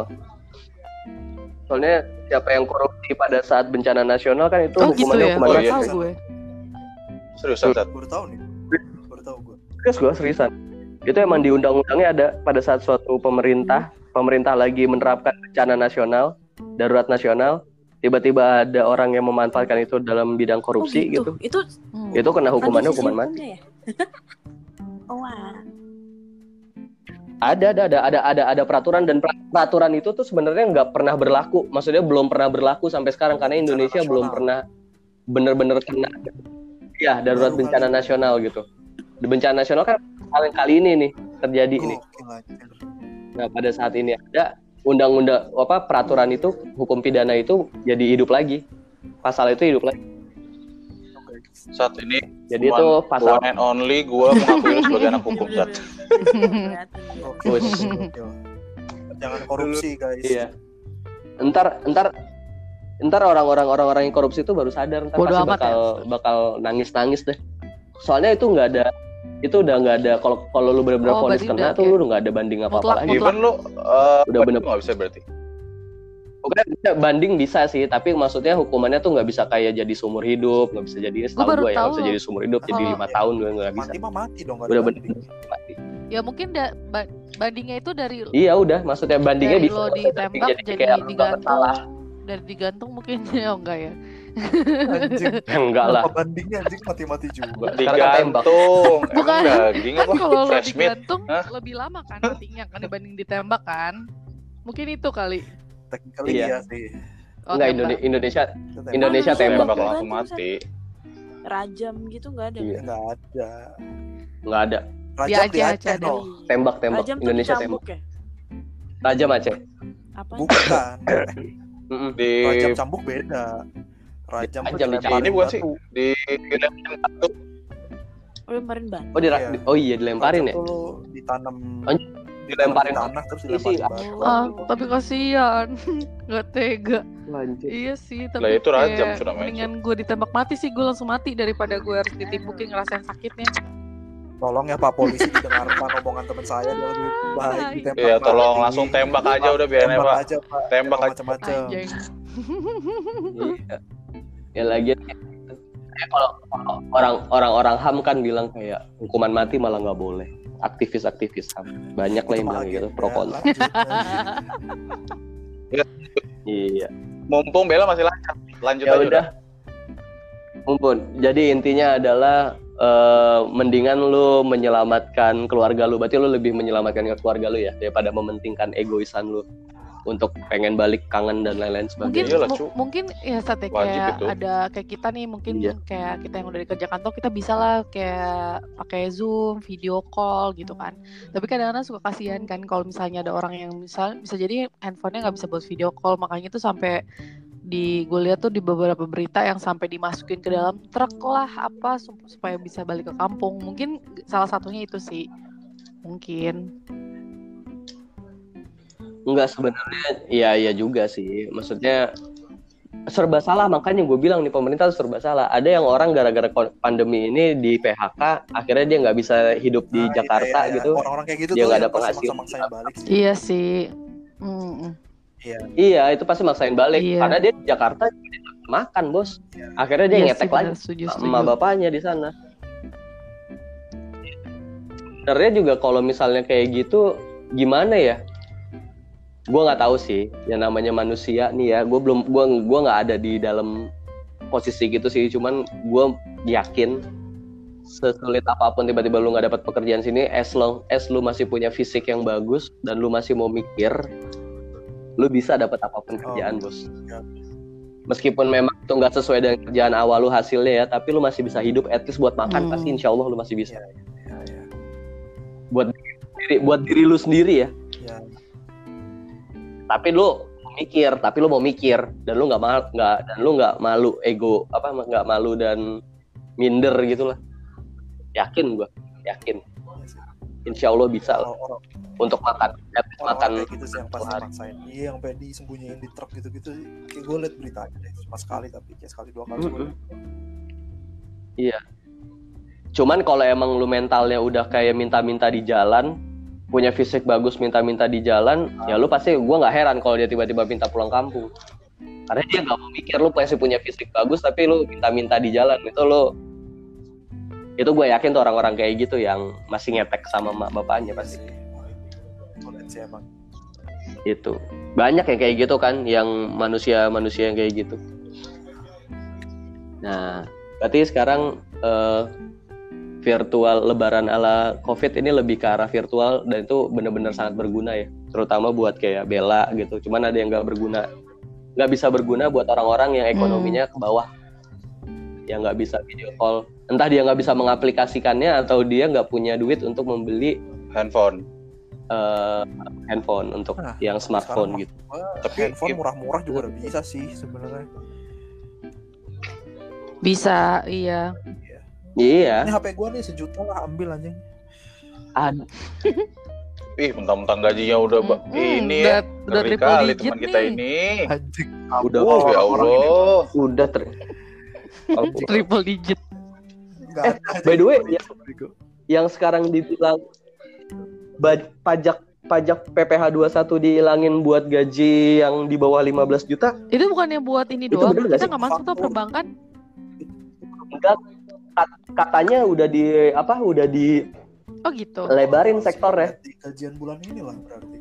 Soalnya siapa yang korupsi pada saat bencana nasional kan itu Oh gitu hukumannya ya, hukuman Oh, baru iya. mati. tahu gue. Serius, Sat? Baru tahu nih. Baru tahu gue. Serius gue seriusan. Itu emang di undang-undangnya ada pada saat suatu pemerintah, pemerintah lagi menerapkan bencana nasional, darurat nasional, tiba-tiba ada orang yang memanfaatkan itu dalam bidang korupsi Oh, gitu. Itu Hmm. Itu kena hukumannya ada hukuman sisi mati. hukumnya ya? Oh, wah. Ada, ada, ada, ada, ada, ada peraturan, dan pra- peraturan itu tuh sebenarnya nggak pernah berlaku. Maksudnya belum pernah berlaku sampai sekarang karena Bencana Indonesia nasional. belum pernah bener-bener kena. Ya, darurat Baru bencana kali. nasional gitu. Di bencana nasional kan kali kali ini nih terjadi ini. Gokil anjir. Nah, pada saat ini ada undang-undang apa peraturan itu, hukum pidana itu jadi hidup lagi. Pasal itu hidup lagi. Saat ini Jadi one, itu pasal one and only gue mengakui lu sebagai anak hukum, Sat. Berarti, ya. Gokil, Wes. gokil. Jangan korupsi guys. iya. Entar entar entar orang-orang orang-orang yang korupsi itu baru sadar, entar Bodo pasti amat bakal bakal nangis-nangis deh. Soalnya itu nggak ada, itu udah nggak ada, kalau kalau lu benar-benar Oh, vonis berarti kena udah tuh kayak lu udah nggak ada banding apa-apa mutlak, lagi. mutlak. Even lu uh, Udah bener. nggak bisa berarti. Pokoknya bisa banding bisa sih, tapi maksudnya hukumannya tuh nggak bisa kayak jadi seumur hidup, nggak bisa jadi, setahu baru gue ya nggak tahu bisa jadi seumur hidup, jadi kalau- lima tahun gue nggak bisa. Mati mah mati dong, nggak Udah ada bener banding. mati. Ya mungkin da- ba- bandingnya itu dari Iya udah, maksudnya bandingnya dari bisa. lo ditembak jadi, kayak lu nggak digantung, bersalah. dari digantung mungkin ya oh, enggak ya. Anjing. Enggak lah. Apa bandingnya anjing, mati-mati juga. Sekarang kan tembak. Digantung. Emang Bukan. daging Kan apa? kalau lo Fresh meat. digantung Hah? lebih lama kan matinya kan dibanding ditembak kan. Mungkin itu kali. Technically Iya. iya sih. Oh, Enggak, tembak. Indone- Indonesia Itu tembak. Indonesia Mana tembak. Tembak Bukan, langsung bukan. mati. Rajam gitu nggak ada. Iya. Nggak ada. nggak ada. Rajam Di di Aceh Aceh ada. dong. Tembak tembak. Rajam tuh Indonesia dicambuk tembak. ya? Rajam Aceh. Apa? Bukan. Mm-mm. Di Rajam cambuk beda. Rajam tuh Rajam dilemparin ini bukan sih? batu. di dilemparin batu. Oh, lemparin ban. Oh, di, Iya. oh iya dilemparin Rajam ya. tuh lu ditanam Anjir, ditanam dilemparin di tanah terus Isi. dilemparin batu. Ah, tapi kasihan. Nggak tega. Lanjut. Iya sih, tapi Lah, itu rajam kayak sudah main, mendingan gue ditembak mati sih, gue langsung mati daripada gue harus ditimpukin ngerasain sakitnya. Tolong ya Pak Polisi, didengarkan omongan teman saya, dia lebih baik Hai. ditembak. Iya, tolong mati. langsung tembak aja udah biarin ya, Tembak Pak. aja Pak. Tembak Jangan aja. macam-macam. Anjing. Iya. Ya lagi kayak kalau kalau orang orang-orang H A M kan bilang kayak hukuman mati malah nggak boleh. Aktivis-aktivis H A M banyak lah yang bilang gitu, pro kontra. Iya. Mumpung Bella masih lanjut. Lanjut Ya aja udah. Mumpun. Jadi intinya adalah eh, mendingan lu menyelamatkan keluarga lu. Berarti lu lebih menyelamatkan keluarga lu ya daripada mementingkan egoisan lu. untuk pengen balik kangen dan lain-lain Mungkin sebagainya. Iyalah, mu- cu. mungkin ya sate Wajib kayak itu. ada kayak kita nih mungkin Iya. kayak kita yang udah kerja kantor kita bisa lah kayak pakai Zoom, video call gitu kan. Tapi kadang-kadang suka kasihan kan kalau misalnya ada orang yang misal bisa jadi handphonenya nggak bisa buat video call, makanya tuh sampai di gue lihat tuh di beberapa berita yang sampai dimasukin ke dalam truk lah apa sup- supaya bisa balik ke kampung. Mungkin salah satunya itu sih. Mungkin. Enggak, sebenarnya iya iya juga sih. Maksudnya serba salah, makanya gue bilang nih pemerintah tuh serba salah. Ada yang orang gara-gara ko- pandemi ini di P H K, akhirnya dia nggak bisa hidup di Nah, iya, Jakarta iya, iya. gitu. Orang-orang kayak gitu Dia tuh nggak yang ada pasti penghasilan. maksa-maksain balik sih. Iya sih. Mm-mm. Iya. Iya, itu pasti maksain balik. Iya. Karena dia di Jakarta makan, bos. Akhirnya dia Iya ngetek sih, benar, lagi setuju, sama setuju. bapaknya di sana. Sebenarnya juga kalau misalnya kayak gitu, gimana ya? Gue nggak tahu sih. Yang namanya manusia nih ya, gue belum, gue gue nggak ada di dalam posisi gitu sih. Cuman gue yakin sesulit apapun tiba-tiba lu nggak dapat pekerjaan sini, as long as lu masih punya fisik yang bagus dan lu masih mau mikir, lu bisa dapat apapun kerjaan, Oh, bos. ya. Meskipun memang itu nggak sesuai dengan kerjaan awal lu hasilnya ya, tapi lu masih bisa hidup, at least buat makan Hmm. pasti insya Allah lu masih bisa. Iya, iya, iya. Buat diri, buat diri lu sendiri ya. Ya. Tapi lu mau mikir, tapi lu mau mikir dan lu nggak malu, nggak dan lu nggak malu ego apa nggak malu dan minder gitulah. Yakin gua, yakin. Iya sih. Insya Allah bisa lah Orang-orang untuk makan, at least makan. orang kayak gitu sih yang pasti sehari. maksain. Iya, yang sampai disembunyiin di truk gitu-gitu. Kayak gue liat beritanya deh, cuma sekali tapi kayak sekali dua kali. Mm-mm. Iya. Cuman kalau emang lu mentalnya udah kayak minta-minta di jalan, punya fisik bagus minta-minta di jalan, ya lu pasti, gua nggak heran kalau dia tiba-tiba minta pulang kampung. Karena dia nggak mau mikir lu masih punya fisik bagus tapi lu minta-minta di jalan, itu lu, itu gue yakin tuh orang-orang kayak gitu yang masih ngetek sama mak bapaknya pasti. Sulit sih emang. Itu banyak yang kayak gitu kan, yang manusia-manusia yang kayak gitu. Nah, berarti sekarang eh, virtual lebaran ala COVID ini lebih ke arah virtual dan itu benar-benar sangat berguna ya, terutama buat kayak Bella gitu. Cuman ada yang nggak berguna, nggak bisa berguna buat orang-orang yang ekonominya ke bawah, yang nggak bisa video call. Entah dia nggak bisa mengaplikasikannya atau dia nggak punya duit untuk membeli Handphone. eh, handphone untuk Nah, yang smartphone sekarang gitu. Wah, Tapi- handphone murah-murah juga udah bisa sih sebenarnya. Bisa, iya. Iya, Ini H P gua nih sejuta lah, ambil anjing. ada. Ih, mentang-mentang gajinya udah ba- Mm-mm, ini udah, ya. udah Ngeri triple kali digit teman kita nih. ini. Anjing. Udah, Oh, ya orang-orang ini Allah. udah ter. Triple digit. nggak Eh, ada by the way, aja. ya- yang sekarang dibilang ba- pajak pajak P P H dua puluh satu dihilangin buat gaji yang di bawah lima belas juta, Itu bukannya buat ini Itu doang? bener nggak Kita sih? nggak masuk tuh perbankan? enggak, kat- katanya udah di apa udah Oh gitu. dilebarin sektornya. Berarti gajian bulan ini lah berarti.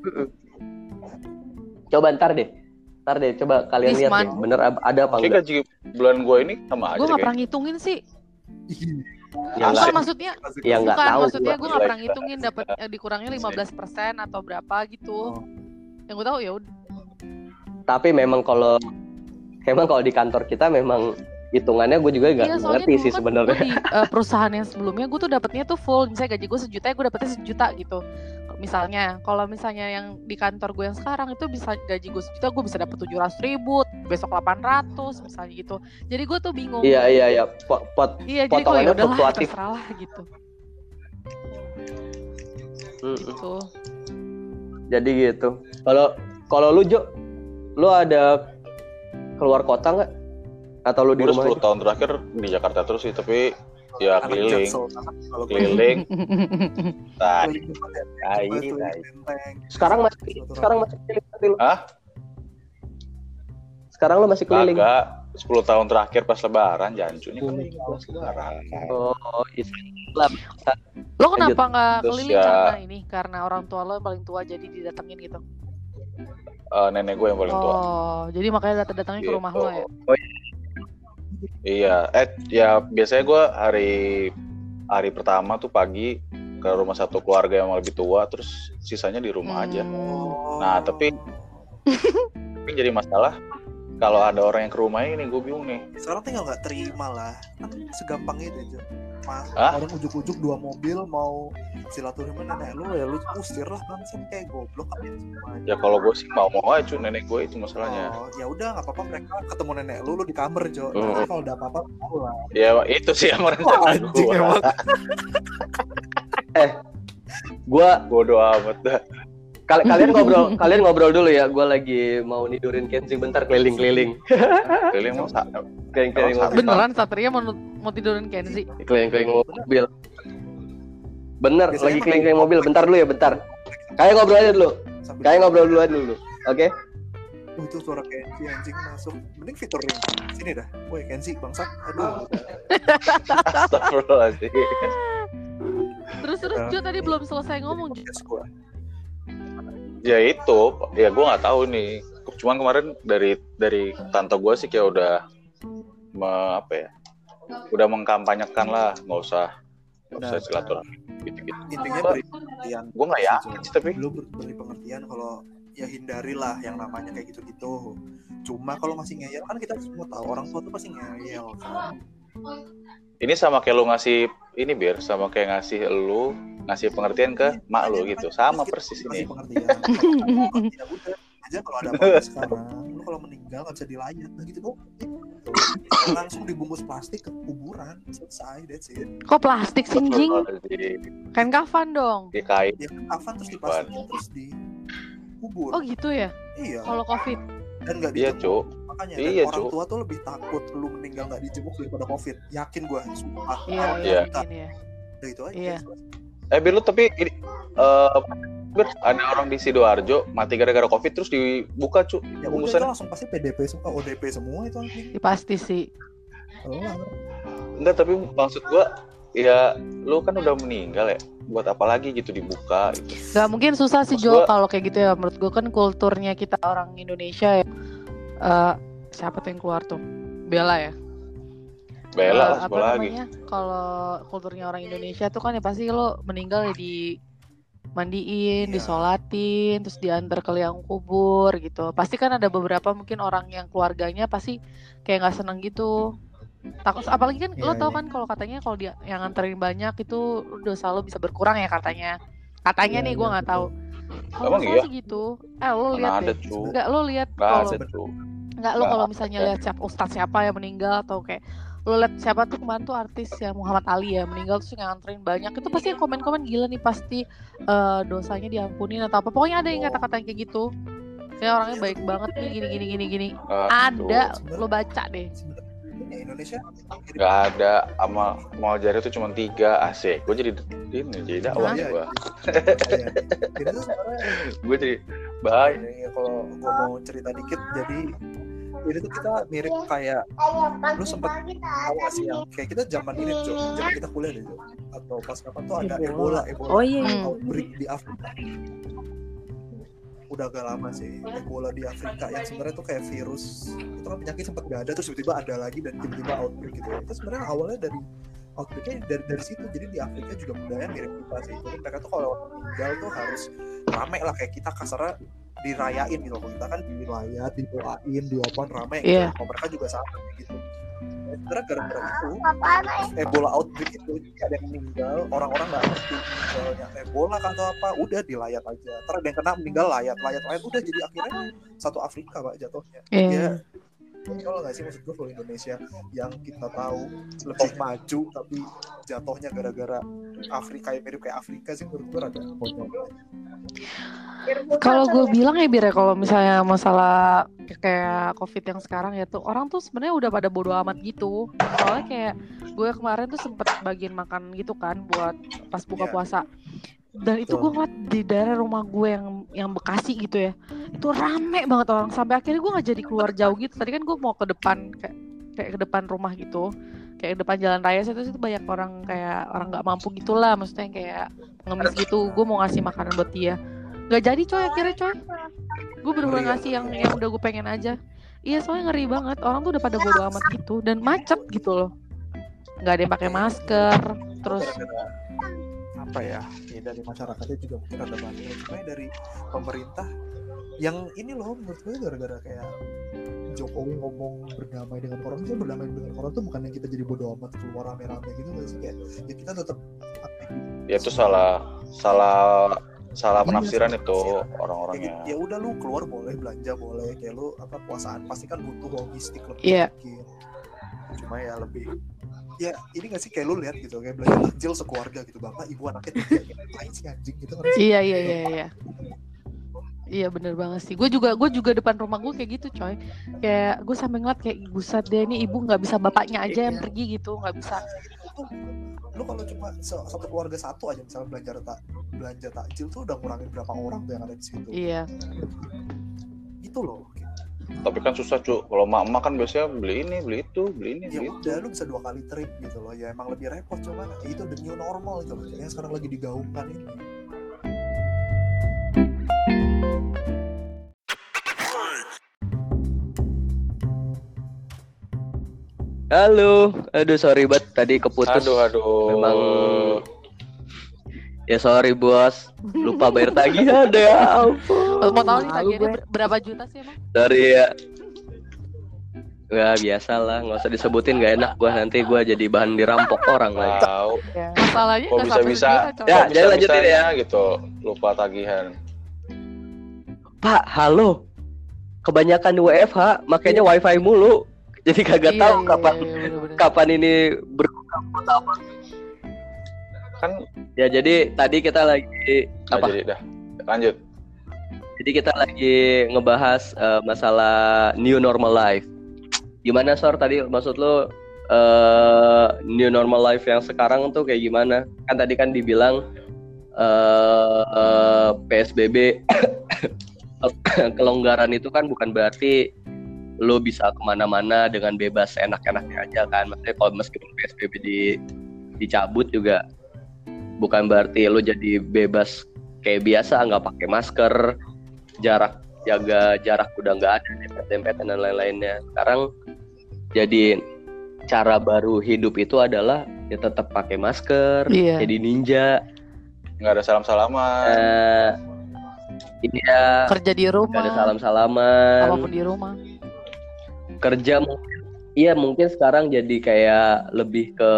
Coba ntar deh, ntar deh coba kalian lihat Nisman. deh, bener ab- ada apa Kayak enggak? gaji bulan gue ini sama aja Gue nggak kayak. pernah ngitungin sih. Ya Bukan nggak, maksudnya, ya nggak bukan tahu maksudnya gua. gue nggak pernah ngitungin dapat eh, dikurangnya lima belas persen atau berapa gitu. Oh. Yang gue tahu ya udah. Tapi memang kalau memang kalau di kantor kita memang hitungannya gue juga nggak Iya, soalnya ngerti dulu sih kan sebenarnya. gue di eh, perusahaan yang sebelumnya gue tuh dapetnya tuh full. Misalnya gaji gue sejuta, ya gue dapetnya sejuta gitu. Misalnya, kalau misalnya yang di kantor gue yang sekarang itu bisa gaji gue sejuta, gue bisa dapet tujuh ratus ribu, besok delapan ratus misalnya gitu. Jadi gue tuh bingung. Iya iya iya, pot, pot Iya, jadi gue potongannya ya udahlah fluktuatif. terserah lah gitu. Mm-mm. Gitu. Jadi gitu. Kalau kalau lu Jo, lu ada keluar kota nggak? Atau lu di Gue udah rumah sepuluh aja? tahun terakhir di Jakarta terus sih, tapi ya Anak keliling, Jaksel banget kalau gue. keliling. Tai, Keliling tempat ya. tai, Keliling tai. benteng. Sekarang masih Silaturahmi. sekarang masih keliling berarti lu? Hah? Sekarang lu masih keliling? Kagak. sepuluh tahun terakhir pas lebaran, jancunya kan pas lebaran. Oh, Islam. Lo kenapa nggak Terus keliling ya- karena ini? Karena orang tua lo yang paling tua jadi didatengin gitu. Eh, nenek gue yang paling tua. Oh, jadi makanya datang-datangnya ke Gitu. rumah lo ya? Iya, eh ya biasanya gue hari hari pertama tuh pagi ke rumah satu keluarga yang lebih tua, terus sisanya di rumah aja. Hmm. Oh. Nah, tapi Tapi jadi masalah kalau ada orang yang ke rumah ini, gue bingung nih. Sekarang tinggal nggak terima lah, kan segampang itu aja. Mas, Hah? orang ujuk-ujuk dua mobil mau silaturahmi nenek lu ya lu usir lah langsung kayak goblok kan semuanya. Ya kalau gue sih mau-mau aja, cu, nenek gue itu masalahnya. Oh, ya udah nggak apa-apa mereka ketemu nenek lu lu di kamar Jo. Oh. Nanti kalau ada apa-apa tahu lah. Ya itu sih yang Wah, merencanakan anjing gue. emang. Gua Bodoh amat dah. kal- kalian ngobrol kalian ngobrol dulu ya. Gua lagi mau nidurin Kenzi bentar keliling-keliling. Keliling mau sa- Keliling-keliling Kalau mobil. Beneran Satria mau, mau tidurin Kenzi? Keliling-keliling mobil. Bener, Biasanya lagi emang- keliling-keliling mobil. Bentar dulu ya, bentar. Kayak ngobrol aja dulu. Sambil- Kayak ngobrol dulu aja dulu. Oke? Oh, itu suara Kenzi anjing masuk. Mending fitur ring. Sini dah. Woi Kenzi bangsat. Aduh. Astagfirullahaladzim. Terus terus Jo tadi belum selesai ngomong. Jo. Podcast gua. Ya itu, ya gue nggak tahu nih. Cuman kemarin dari dari tante gue sih kayak udah me, apa ya, udah mengkampanyekan lah, nggak usah nggak usah Nah, silaturahmi gitu-gitu. Intinya beri pengertian. Gue nggak yakin sih tapi. Lu ber- beri pengertian kalau ya hindarilah yang namanya kayak gitu-gitu. Cuma kalau masih ngeyel kan kita semua tahu orang tua tuh pasti ngeyel kan. Ini sama kayak lu ngasih ini bir, sama kayak ngasih lu ngasih pengertian ke mak lu gitu, sama persis Kasih ini. pengertian. Ya udah aja kalau ada apa-apa sekarang, lu kalau meninggal nggak bisa dilayat, nah gitu dong. Langsung dibungkus plastik ke kuburan, selesai, that's it. Kok plastik sih anjing? Di, Kain kafan dong. di kain. Ya kan kafan terus dipasukin terus dikubur. Oh gitu ya? Iya. Kalau covid. Dan nggak Iya dijemuk. cu. Makanya Iya, dan orang Cuk. tua tuh lebih takut lu meninggal nggak dijemuk daripada covid. Yakin gue, sumpah. Iya, Tahu iya, kita. mungkin ya. Udah itu aja. Iya. Eh bir lu tapi ini eh Bir, ada orang di Sidoarjo mati gara-gara covid terus dibuka cu Ya udah itu bungkusan. langsung pasti P D P semua, O D P semua itu anjing. Ya, pasti sih. Kelar. Enggak, tapi maksud gua ya lu kan udah meninggal ya, buat apa lagi gitu dibuka gitu. Gak mungkin susah sih Maksud Jo gua- kalau kayak gitu ya. Menurut gue kan kulturnya kita orang Indonesia ya. Eh, siapa tuh yang keluar tuh? Bella ya. Bella Eh, lah apa sekolah lagi. namanya? Kalau kulturnya orang Indonesia tuh kan ya pasti lo meninggal ya di mandiin, Iya. disolatin, terus diantar ke liang kubur gitu. Pasti kan ada beberapa mungkin orang yang keluarganya pasti kayak nggak seneng gitu. Takut, apalagi kan lo Iya, tau iya. kan kalau katanya kalau dia yang nganterin banyak itu dosa lo bisa berkurang ya katanya. Katanya Iya, nih gue iya, nggak betul. tahu. Kalau Emang misalnya iya? sih gitu, eh lo Mana lihat ada deh. cu. Enggak, lo lihat Nggak kalau ada cu. Enggak, lo Nggak kalau ada. misalnya lihat siapa ustadz siapa yang meninggal atau kayak lo lihat siapa tuh kemarin tuh artis yang Muhammad Ali ya meninggal terus yang nganterin banyak itu pasti yang komen-komen gila nih pasti eh, dosanya diampunin atau apa pokoknya ada yang kata-kata kayak gitu kayak orangnya baik banget nih gini gini gini gini Ah, ada Sebenarnya- lo baca deh Sebenarnya Indonesia nggak ada, sama mau jari itu cuma tiga asik. Gue jadi ini jadi dakwah Iya, gue. Iya. Ini tuh sebenarnya Gue jadi bahaya. ini kalau gue mau cerita dikit jadi ini tuh kita mirip kayak lu sempet tahu gak sih yang kayak kita zaman ini Jo, zaman kita kuliah deh Jo, atau pas kapan tuh ada Ebola Ebola Oh iya. Hmm. outbreak di Afrika. Udah agak lama sih Ebola di Afrika yang sebenarnya tuh kayak virus itu kan penyakit sempat gak ada terus tiba-tiba ada lagi dan tiba-tiba outbreak gitu. Itu sebenarnya awalnya dari outbreaknya dari dari situ. Jadi di Afrika juga budaya mirip kita sih. Jadi mereka tuh kalau meninggal tuh harus rame lah kayak kita kasarnya dirayain gitu. Kalau kita kan dilayat, didoain, diopan rame gitu. Iya. Kalau mereka juga sama kayak gitu. Nah, sebenarnya gara-gara itu Ebola outbreak itu jadi ada yang meninggal, orang-orang nggak ngerti meninggalnya Ebola kan atau apa, udah dilayat aja. Ntar ada yang kena meninggal layat, layat, layat, udah jadi akhirnya satu Afrika pak jatuhnya. Iya. Ya, kalau nggak sih maksud gue kalau Indonesia yang kita tahu lebih maju tapi jatuhnya gara-gara Afrika yang mirip kayak Afrika sih menurut gue rada konyol. Kalau gue bilang ya Bir ya kalau misalnya masalah kayak covid yang sekarang ya tuh orang tuh sebenarnya udah pada bodo amat gitu. Soalnya kayak gue kemarin tuh sempet bagiin makan gitu kan buat pas buka Iya. puasa. Dan itu gue ngeliat di daerah rumah gue yang yang Bekasi gitu ya, itu rame banget orang sampai akhirnya gue nggak jadi keluar jauh gitu. Tadi kan gue mau ke depan kayak kayak ke depan rumah gitu, kayak depan jalan raya situ situ banyak orang kayak orang nggak mampu gitulah, maksudnya kayak ngemis gitu. Gue mau ngasih makanan buat dia, nggak jadi coy akhirnya coy. Gue bener-bener Ngeri ya? ngasih yang yang udah gue pengen aja. Iya soalnya ngeri banget, orang tuh udah pada bodo amat gitu dan macet gitu loh, nggak ada yang pakai masker terus. Gara-gara apa ya, ya dari masyarakatnya juga mungkin ada bantuan, sebenarnya dari pemerintah yang ini loh menurut gue gara-gara kayak Jokowi ngomong berdamai dengan corona, sih berdamai dengan corona tuh bukan yang kita jadi bodo amat keluar rame-rame gitu nggak sih, kayak ya kita tetap aktif. Ya itu salah salah salah Iya, penafsiran salah itu penafsiran. orang-orangnya. Ya udah lu keluar boleh, belanja boleh, kayak lu apa puasaan pasti kan butuh logistik lebih Iya. mungkin. Cuma ya lebih ya ini nggak sih kayak lu lihat gitu kayak belanja takjil sekeluarga gitu, bapak ibu anaknya tiga gitu, ngapain sih anjing gitu kan. Iya iya iya iya. Iya bener banget sih. Gue juga gue juga depan rumah gue kayak gitu coy. Kayak gue sampai ngeliat kayak buset deh ini ibu nggak bisa bapaknya aja yang pergi gitu, nggak bisa. Lu kalau cuma satu keluarga satu aja misalnya belanja tak belanja takjil tuh udah ngurangin berapa orang tuh yang ada di situ. Iya. Itu loh. Tapi kan susah cu, kalau mak-mak kan biasanya beli ini, beli itu, beli ini, Ya beli itu. udah lu bisa dua kali trip gitu loh. Ya emang lebih repot coba. Itu the new normal gitu loh. Yang sekarang lagi digaungkan ini. Halo, aduh sorry banget tadi keputus. Aduh aduh. Memang ya sorry bos, lupa bayar tagihan deh. Ya ampun. Mau tahu nih Malu tagihannya gue. ber- berapa juta sih emang? Sorry ya. Nggak biasa lah, nggak usah disebutin, nggak enak gua nanti gua jadi bahan dirampok orang lagi. Tahu. Masalahnya Kok nggak bisa sampai bisa? sejuta coy. Ya, Kok jadi lanjutin bisa-bisanya ya. gitu, lupa tagihan. Pak, halo. Kebanyakan W F H, makanya wifi mulu. Jadi kagak Iya, tahu iya, kapan iya, bener-bener. kapan ini berguna atau apa. Kan Ya jadi tadi kita lagi nggak apa? jadi dah. Lanjut. Jadi kita lagi ngebahas eh, masalah new normal life. Gimana Sor tadi maksud lo eh, new normal life yang sekarang tuh kayak gimana? Kan tadi kan dibilang eh, eh, P S B B kelonggaran itu kan bukan berarti lo bisa kemana-mana dengan bebas enak-enaknya aja kan. Maksudnya kalau meskipun P S B B di, dicabut juga bukan berarti lo jadi bebas kayak biasa, nggak pakai masker, jarak jaga jarak udah nggak ada, dempet-dempetan dan lain-lainnya. Sekarang jadi cara baru hidup itu adalah ya tetap pakai masker, Iya. jadi ninja, Nggak ada salam-salaman. eh, ini ya Kerja di nggak rumah, ada salam-salaman, apapun di rumah. kerja mungkin, iya mungkin sekarang jadi kayak lebih ke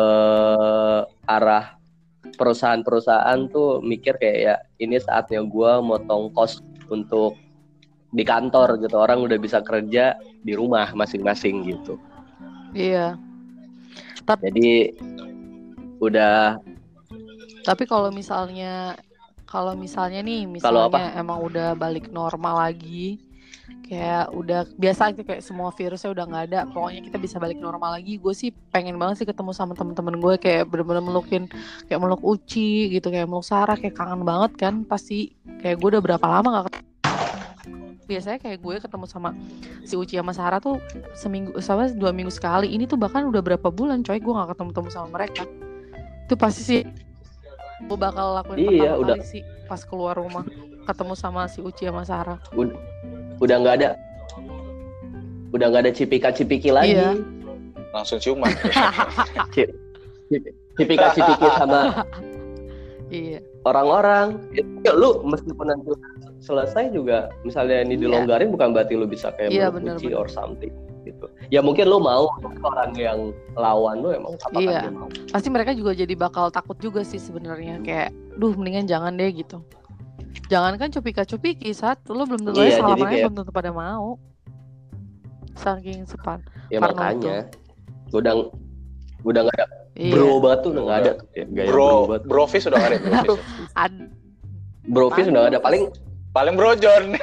arah perusahaan-perusahaan tuh mikir kayak ya ini saatnya gua motong kos untuk di kantor gitu, orang udah bisa kerja di rumah masing-masing gitu. Iya. Jadi udah Tapi kalau misalnya kalau misalnya nih Kalau misalnya emang udah balik normal lagi, kayak udah biasa gitu, kayak semua virusnya udah nggak ada, pokoknya kita bisa balik normal lagi, gue sih pengen banget sih ketemu sama temen-temen gue, kayak bener-bener melukin, kayak meluk Uci gitu, kayak meluk Sarah, kayak kangen banget kan pasti. Kayak gue udah berapa lama nggak ketemu. Biasanya kayak gue ketemu sama si Uci sama Sarah tuh seminggu sama dua minggu sekali. Ini tuh bahkan udah berapa bulan coy gue nggak ketemu-temu sama mereka. Itu pasti sih gue bakal lakuin Iya, pertama udah. kali sih pas keluar rumah ketemu sama si Uci sama Sarah. udah udah nggak ada udah nggak ada cipika-cipiki lagi. Iya. Langsung ciuman. Cip- cip- Cipika-cipiki sama Iya. orang-orang. Ya, lu meskipun nanti selesai juga misalnya ini Iya. dilonggarin bukan berarti lu bisa kayak Iya, meluk Uci bener-bener. or something gitu. Ya mungkin lu mau, orang yang lawan lu emang apakah Iya. dia mau? Pasti mereka juga jadi bakal takut juga sih sebenarnya, kayak duh mendingan jangan deh gitu. Jangan kan cupika-cupiki saat lo belum tentu Iya, aja jadi salamannya kayak- belum tentu pada mau. Saking sepan. Ya Parno makanya udah udah nggak ada Iya. bro banget tuh udah nggak ada tuh ya, gaya bro Bro, banget. brofis udah nggak ada. Brofis. Ad- Bro Fis udah nggak ada, paling Paling brojon.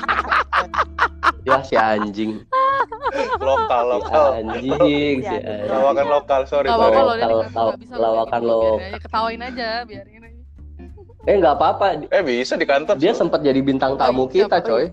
ya si anjing. lokal Si lokal. anjing, si Ya, anjing. Lawakan lokal, sorry. Gak apa-apa sorry. loh, dia Kalau- nggak kalau- bisa lawakan lo, lo. biarin aja, ketawain aja, biarin aja. Eh nggak apa-apa, Eh bisa di kantor. dia sempat jadi bintang tamu Oh, kita, siapa? coy.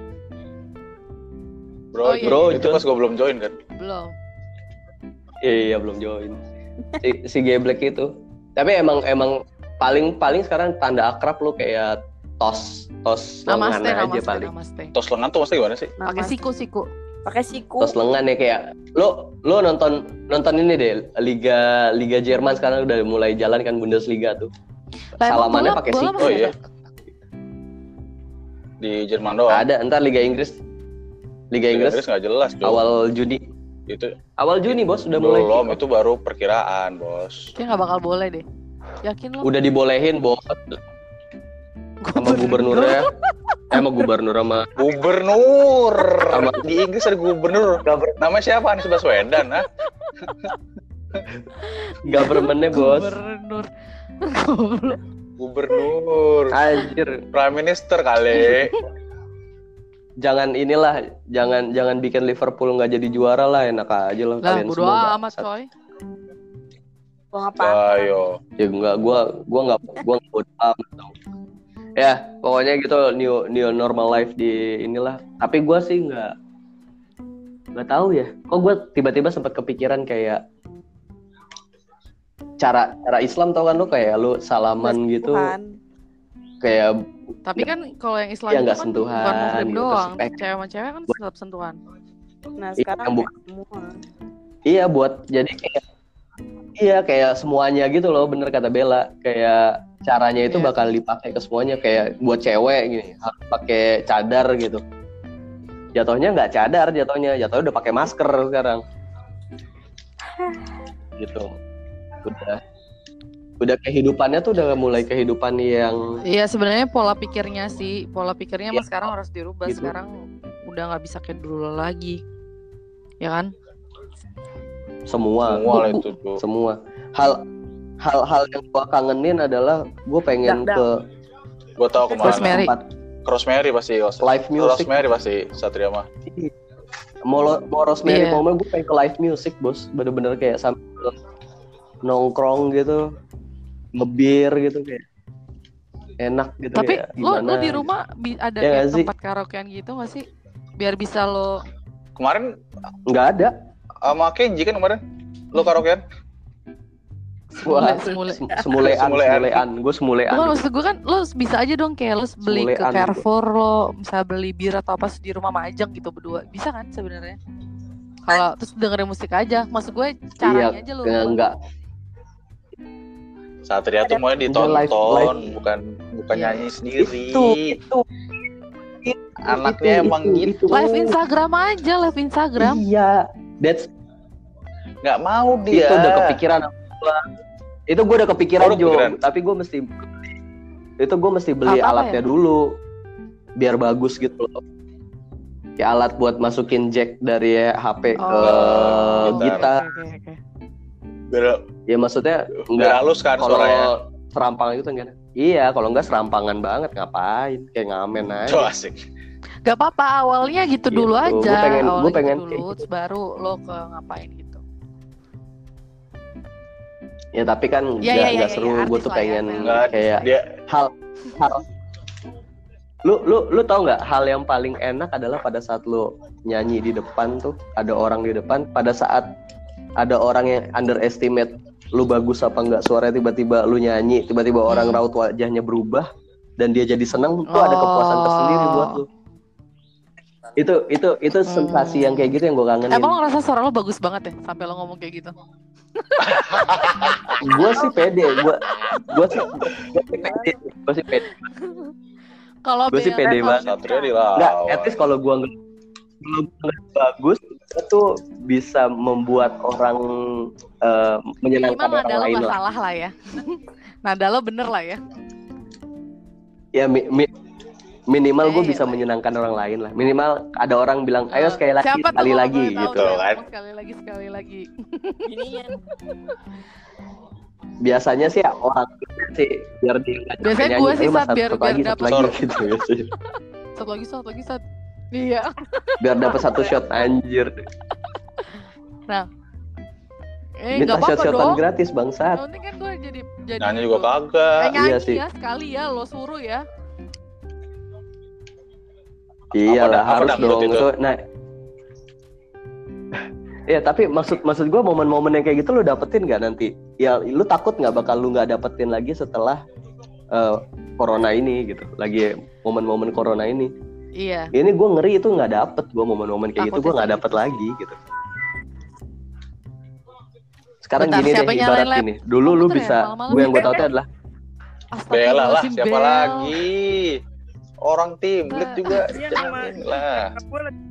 Bro, Oh, iya. Bro, itu pas gue belum join kan. Belum. Iya, iya belum join. Si, si Geblek itu. Tapi emang emang paling paling sekarang tanda akrab lu kayak tos tos lengan Namaste, aja namaste, paling. namaste. Tos lengan tuh maksudnya gimana sih? Pakai siku, siku. pakai siku. Tos lengan ya kayak lo lo nonton nonton ini deh Liga Liga Jerman sekarang udah mulai jalan kan, Bundesliga tuh. Lah, emang Salamannya bola- pakai bola siku. Oh masih iya. ada? di Jerman doang. Ada, entar Liga Inggris. Liga Liga Inggris, Inggris nggak jelas tuh. awal Juni. Itu Awal Juni bos udah mulai. belum, itu baru perkiraan bos. Kayak nggak bakal boleh deh. Yakin lo? Udah dibolehin bos. Sama gubernurnya. Eh, sama gubernur sama Gubernur. Di Inggris ada gubernur. Nama siapa? Anies Baswedan, ah? governmentnya bos. Gubernur. Goblok. Gubernur. Anjir. Prime Minister kali. Jangan inilah, jangan jangan bikin Liverpool nggak jadi juara lah, enak aja lah Lah kalian bodo semua. amat coy. Gua ngapa? Ayo. Ya enggak, gua gua nggak gua nggak bodo amat. Ya pokoknya gitu, new new normal life di inilah. Tapi gua sih nggak nggak tahu ya. Kok gua tiba-tiba sempat kepikiran kayak cara cara Islam tau kan lo, kayak lu salaman gitu, Tuhan. kayak Tapi kan kalau yang Islam ya itu nggak kan sentuhan bukan muslim gitu, doang. respect. Cewek sama cewek kan tetap sentuhan. Nah, Iya, sekarang yang bukan- semua. iya buat jadi kayak iya kayak semuanya gitu loh, bener kata Bella, kayak caranya itu Iya. bakal dipakai ke semuanya, kayak buat cewek gini harus pakai cadar gitu, jatuhnya nggak cadar, jatuhnya jatuhnya udah pakai masker sekarang gitu. Udah udah kehidupannya tuh udah mulai kehidupan yang Iya sebenarnya pola pikirnya sih, pola pikirnya Iya. mah sekarang harus dirubah. Gitu. Sekarang udah nggak bisa kayak dulu lagi, ya kan? semua Semua lah Bu- itu tuh. semua hal hal-hal yang gua kangenin adalah gue pengen Dak, dak. ke Gue tau kemana. Rosemary. tempat Rosemary pasti. live music. Rosemary pasti Satria mah. mau lo- mau Rosemary Iya. mau gue pengen ke live music bos, bener-bener kayak sambil nongkrong gitu, ngebir gitu, kayak enak gitu. Tapi kayak lo lo gimana di gitu. rumah bi- ada Ya kayak nggak sih? tempat karaokean gitu nggak sih? Biar bisa lo Kemarin nggak ada. sama Kenji kan kemarin. Lo karaokean? Wah, semule. sem- semulean, Semulean. semulean, gue semulean. Bukan, maksud gue kan lo bisa aja dong kayak lo beli ke Semulean. Carrefour, lo bisa beli bir atau apa di rumah Majeng gitu berdua, bisa kan sebenarnya? Kalau terus dengerin musik aja, maksud gue caranya aja lo. Enggak, enggak. Satria tuh maunya Udah live- ditonton, live. bukan bukan Iya. nyanyi sendiri. Itu, itu, Anaknya itu, emang itu, gitu. itu. Live Instagram aja, live Instagram. Iya, that's Nggak mau dia. itu udah kepikiran sama gua. Itu gue udah kepikiran, Oh, udah Jo, kepikiran. tapi gue mesti itu gue mesti beli Apa-apa alatnya ya? dulu biar bagus gitu loh. Kayak alat buat masukin jack dari H P ke Oh, gitar. Oke, oke, oke. Biar, Ya maksudnya biar enggak halus kan kalau suaranya. serampangan gitu kan. Iya, kalau enggak serampangan banget ngapain? Kayak ngamen aja. Tuh asik. Gak apa-apa, awalnya gitu, Gitu. dulu aja. Gua pengen- gua awalnya pengen gitu kayak dulu, gitu. terus baru lo ke ngapain gitu. Ya tapi kan Iya, nggak iya, iya, nggak iya, seru. artis Gue tuh lah ya, pengen pengen. Nggak, kayak dia hal hal lu lu lu tau nggak, hal yang paling enak adalah pada saat lu nyanyi di depan tuh ada orang di depan, pada saat ada orang yang underestimate lu bagus apa enggak suaranya, tiba-tiba lu nyanyi, tiba-tiba orang Hmm. raut wajahnya berubah dan dia jadi seneng, tuh ada kepuasan tersendiri buat lu. Itu itu itu sensasi yang kayak gitu yang gue kangenin. Emang lo ngerasa suara lo bagus banget ya sampai lo ngomong kayak gitu? Gue sih pede, gue gue sih gue sih pede, gue sih pede. Kalau Gua sih Bea pede Rem- banget. Satria Enggak, dilawan. at least kalau gue nggak kalau gua nggak bagus, itu bisa membuat orang eh, menyenangkan minimal orang nada lo lain gak lah. salah lah ya. Nada lo bener lah ya. Ya mi- mi- minimal gue Eh, bisa baik. menyenangkan orang lain lah. Minimal ada orang bilang, ayo sekali lagi, Siapa tuh sekali kalau lagi boleh tahu? gitu. Tuh, kan. Ngomong sekali lagi, sekali lagi. Ginian. Biasanya sih orang sih biar dia nggak capek Biasanya nyanyi, gue sih, ayo mas Sat, biar- satu biar lagi, satu dapet- lagi Sor. gitu biasanya. Satu lagi, satu lagi, satu. Iya. Biar dapat satu shot anjir. Eh, Minta gak apa-apa shot-shotan dong. gratis bangsat. Yang penting kan gue jadi jadi Nyanyi juga Eh, kagak. nyanyi Iya sih. ya sekali ya, lo suruh ya. Iya lah, apa harus dangdut dong. itu? Itu, nah, ya tapi maksud maksud gue momen-momen yang kayak gitu lu dapetin nggak nanti? Ya lu takut nggak bakal lu nggak dapetin lagi setelah eh, corona ini gitu? Lagi momen-momen corona ini. Iya. Ini gue ngeri itu nggak dapet gue momen-momen kayak gitu, Takutnya gue nggak sih dapet gitu. lagi gitu. Sekarang Bentar, gini deh, siapa nyalain ibarat lab? gini. Dulu Oh, lu bener ya, bisa, malam-malam gue yang gue ya? tau tuh adalah Bella lah, Astagfirullahaladzim, siapa Bel. lagi? orang tim lead juga Kasian jangan sama lah. aku lagi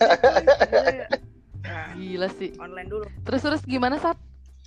nah, Gila sih. online dulu. Terus terus gimana Sat?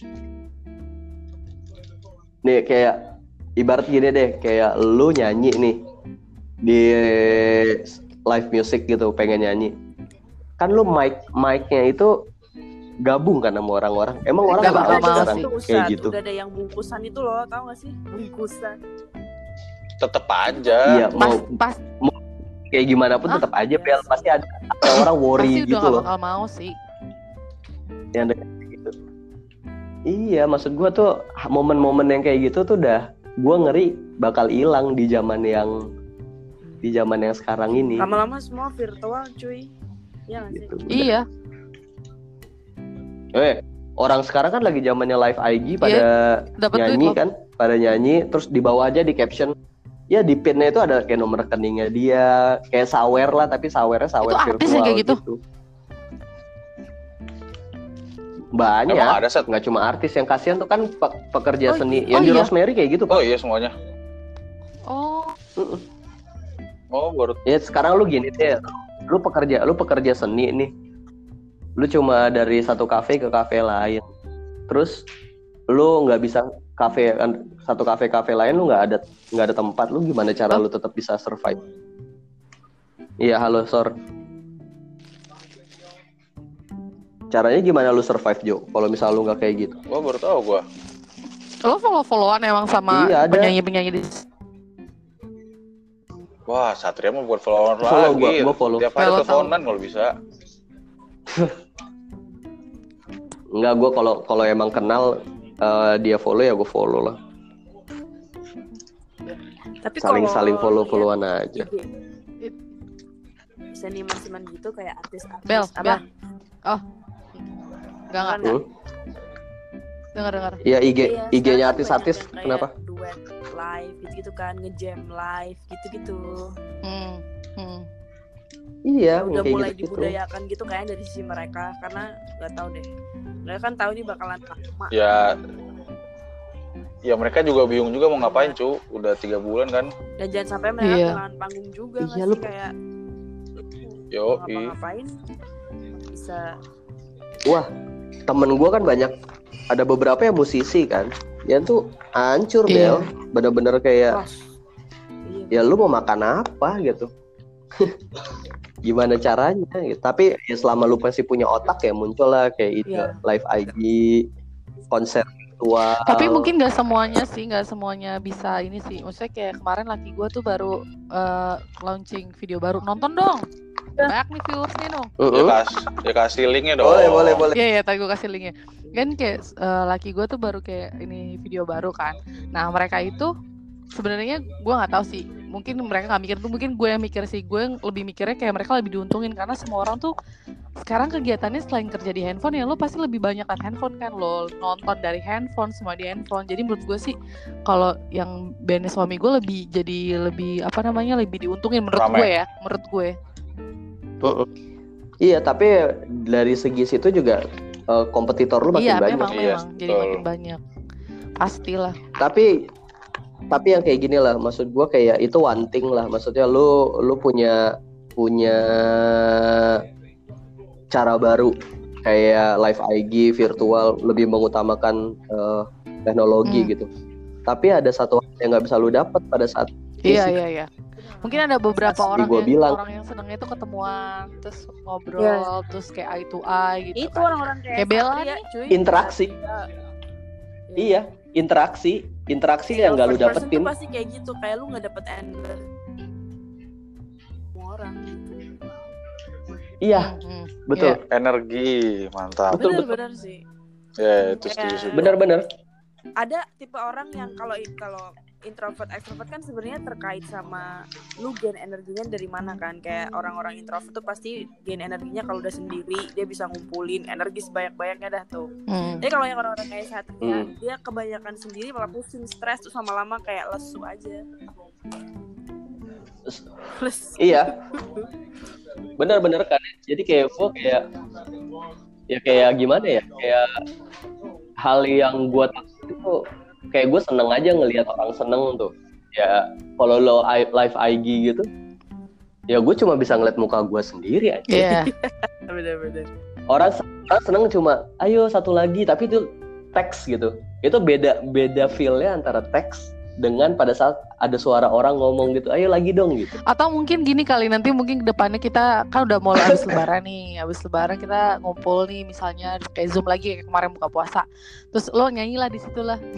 Nih kayak ibarat gini deh, kayak lu nyanyi nih di live music gitu, pengen nyanyi. Kan lu mic mic-nya itu gabung kan sama orang-orang. Emang orang Gak nggak bakal tahu mau sekarang sih. kayak gitu. Udah ada yang bungkusan itu loh, tau gak sih? Bungkusan. Tetep aja. Iya, Pas mau pas kayak gimana pun Hah? tetap aja Pel, pasti ada, ada orang worry pasti udah gitu gak loh. bakal mau sih. Yang ada gitu. Iya, maksud gua tuh momen-momen yang kayak gitu tuh udah gua ngeri bakal hilang di zaman yang di zaman yang sekarang ini. Lama-lama semua virtual cuy. Iya gak sih? Gitu. Iya. Eh, orang sekarang kan lagi zamannya live I G pada Dapat duit nyanyi loh. kan, pada nyanyi terus di bawah aja di caption ya di pinnya itu ada kayak nomor rekeningnya dia, kayak sawer lah tapi sawernya sawer Itu artis virtual yang kayak gitu? Banyak, Emang ada Sat? nggak cuma artis yang kasihan tuh kan pe- pekerja Oh, seni iya. yang Oh, di iya. Rosemary kayak gitu Oh Pak. iya semuanya. Oh, Oh baru. Ya sekarang lu gini deh, lu pekerja lu pekerja seni nih, lu cuma dari satu kafe ke kafe lain, terus lu nggak bisa kafe kan satu kafe kafe lain lu nggak ada nggak ada tempat, lu gimana cara lu tetap bisa survive? Iya halo Sor, caranya gimana lu survive Jo? Kalau misal lu nggak kayak gitu? Gua baru tahu gua. lo follow-followan emang sama Iya, ada. penyanyi-penyanyi di Wah Satria mau buat follower Follow lagi. gua, gua follow. Tiap hari Follow teleponan kalau bisa. Enggak, gue kalau kalau emang kenal uh, dia follow ya gue follow lah. Tapi Saling kalau saling follow lihat followan aja. I G seniman-seniman gitu kayak artis-artis Bel, apa? Bel. Oh. Enggak enggak. Kan Hmm? Dengar-dengar. Iya I G Iya, I G-nya sekarang artis-artis banyak yang kayak kenapa? duet live gitu-gitu kan, ngejam live gitu-gitu. Hmm. Hmm. Iya, Udah kayak mulai gitu-gitu. dibudayakan gitu kayak dari sisi mereka, karena nggak tahu deh. Mereka kan tahu ini bakalan lama. Ya. Ya mereka juga bingung juga mau ngapain cu. Udah tiga bulan kan. Dan jangan sampai mereka Iya. kehilangan panggung juga nggak Iya, sih lu- kayak Yo mau ngapa-ngapain bisa. Wah, temen gue kan banyak, ada beberapa yang musisi kan, dia tuh hancur Iya. Bel, bener-bener kayak Cross. Iya. ya lu mau makan apa gitu. Gimana caranya gitu. Tapi ya selama lu masih punya otak ya muncul lah kayak ide Iya. live I G, konser virtual. Tapi mungkin nggak semuanya sih, nggak semuanya bisa ini sih. Maksudnya kayak kemarin laki gue tuh baru eh, launching video baru. Nonton dong. Banyak nih viewersnya dong. Ya, Mm-mm. kas, ya kasih linknya dong. Boleh, boleh, boleh. Iya ya, tadi gue kasih linknya. Kan kayak eh, laki gue tuh baru kayak ini video baru kan. Nah mereka itu sebenarnya gue nggak tahu sih. Mungkin mereka nggak mikir tuh, mungkin gue yang mikir sih. Gue yang lebih mikirnya kayak mereka lebih diuntungin karena semua orang tuh sekarang kegiatannya selain kerja di handphone ya lo pasti lebih banyak kan handphone kan, lo nonton dari handphone, semua di handphone. Jadi menurut gue sih kalau yang bandnya suami gue lebih jadi lebih apa namanya lebih diuntungin menurut Rame. gue ya, menurut gue. Mm-mm. Iya, tapi dari segi situ juga eh, kompetitor lu makin Iya banyak. memang Iya, memang jadi betul. makin banyak. Pastilah. Tapi tapi yang kayak gini lah, maksud gua kayak itu one thing lah. Maksudnya lu lu punya punya cara baru kayak live I G virtual lebih mengutamakan eh, teknologi Hmm. gitu. Tapi ada satu hal yang nggak bisa lu dapat pada saat Iya fisik. iya iya. Mungkin ada beberapa Asli orang gua yang bilang. orang yang senangnya itu ketemuan, terus ngobrol, Iya. terus kayak eye to eye gitu Itu kan. orang-orang kayak, Kayak Bella Satria, nih. cuy. Interaksi. Iya. Iya, interaksi, interaksi yang nggak lu First person dapetin. tuh pasti kayak gitu, kayak lu nggak dapet energi semua orang. Iya, Hmm, hmm. betul. Iya. Energi, mantap. Betul, betul. Bener-bener sih. Ya itu setuju Kayak- sih. Benar-benar. Ada tipe orang yang kalau kalau introvert extrovert kan sebenarnya terkait sama lu gain energinya dari mana kan. Kayak orang-orang introvert tuh pasti gain energinya kalau udah sendiri, dia bisa ngumpulin energi sebanyak-banyaknya dah tuh. Hmm. Jadi kalau yang orang-orang kayak Satria, Hmm. dia kebanyakan sendiri malah pusing, stres, terus lama-lama kayak lesu aja. Lesu. Iya. Benar-benar kan. Jadi kayak gua kayak ya kayak gimana ya? Kayak hal yang gua takut itu kayak gue seneng aja ngelihat orang seneng tuh. Ya kalau lo I- live I G gitu, ya gue cuma bisa ngeliat muka gue sendiri aja. Iya. Bener-bener. Orang, orang seneng cuma ayo satu lagi, tapi itu teks gitu. Itu beda beda feel-nya antara teks dengan pada saat ada suara orang ngomong gitu, ayo lagi dong gitu. Atau mungkin gini kali, nanti mungkin kedepannya kita kan udah mulai habis lebaran nih, habis lebaran kita ngumpul nih, misalnya kayak Zoom lagi kayak kemarin buka puasa, terus lo nyanyi lah di situ lah.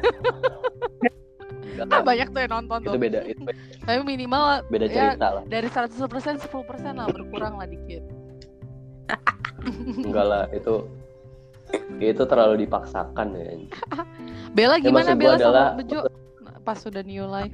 Kan banyak tuh yang nonton tuh. Itu beda, itu beda, Tapi minimal beda ya, cerita lah. dari seratus persen sepuluh persen lah, berkurang lah dikit. Enggak lah, itu itu terlalu dipaksakan ya. Bella Ya, gimana maksud gua Bella adalah, sama Bejo pas sudah new life?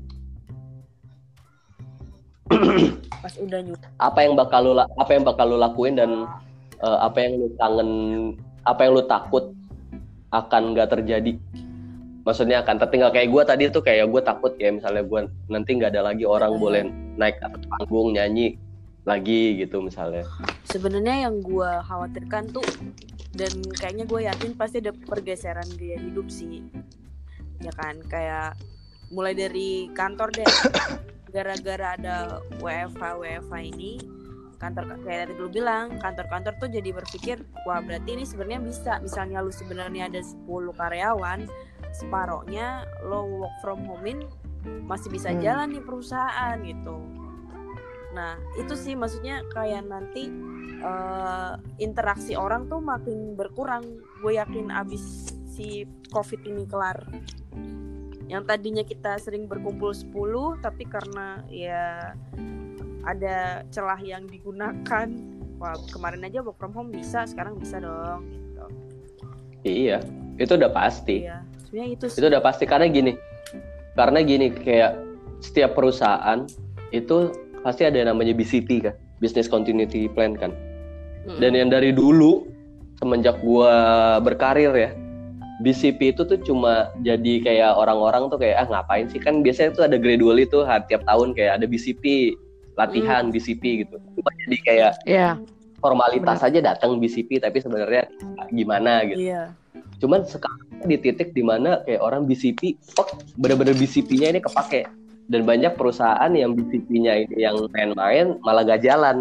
Pas udah nyuruh. apa yang bakal lu la- apa yang bakal lu lakuin dan uh, apa yang lu kangen, apa yang lu takut akan nggak terjadi. Maksudnya akan tertinggal kayak gue tadi tuh, kayak gue takut kayak misalnya gue nanti nggak ada lagi orang boleh naik atas panggung nyanyi lagi gitu misalnya. Sebenarnya yang gue khawatirkan tuh, dan kayaknya gue yakin pasti ada pergeseran gaya hidup sih, ya kan, kayak mulai dari kantor deh. Gara-gara ada W F H W F H ini, kantor kayak tadi lu bilang, kantor-kantor tuh jadi berpikir, wah berarti ini sebenarnya bisa, misalnya lu sebenarnya ada sepuluh karyawan, separohnya lo work from home-in masih bisa Hmm. jalan nih perusahaan gitu. Nah itu sih maksudnya kayak nanti uh, interaksi orang tuh makin berkurang. Gue yakin abis si COVID ini kelar, yang tadinya kita sering berkumpul sepuluh, tapi karena ya ada celah yang digunakan, wah kemarin aja work from home bisa, sekarang bisa dong gitu. Iya, itu udah pasti. Iya, sebenarnya itu sih. Itu udah pasti karena gini. Karena gini, kayak setiap perusahaan itu pasti ada yang namanya B C P kan, Business Continuity Plan kan. Mm-mm. Dan yang dari dulu semenjak gua berkarir ya, B C P itu tuh cuma jadi kayak orang-orang tuh kayak ah ngapain sih, kan biasanya tuh ada gradual itu tiap tahun kayak ada B C P latihan B C P gitu. Cuma jadi kayak Iya. formalitas aja datang B C P tapi sebenarnya gimana gitu. Iya. Cuman sekarang di titik dimana kayak orang B C P, oh bener-bener B C P-nya ini kepake, dan banyak perusahaan yang B C P-nya ini yang main-main malah gak jalan,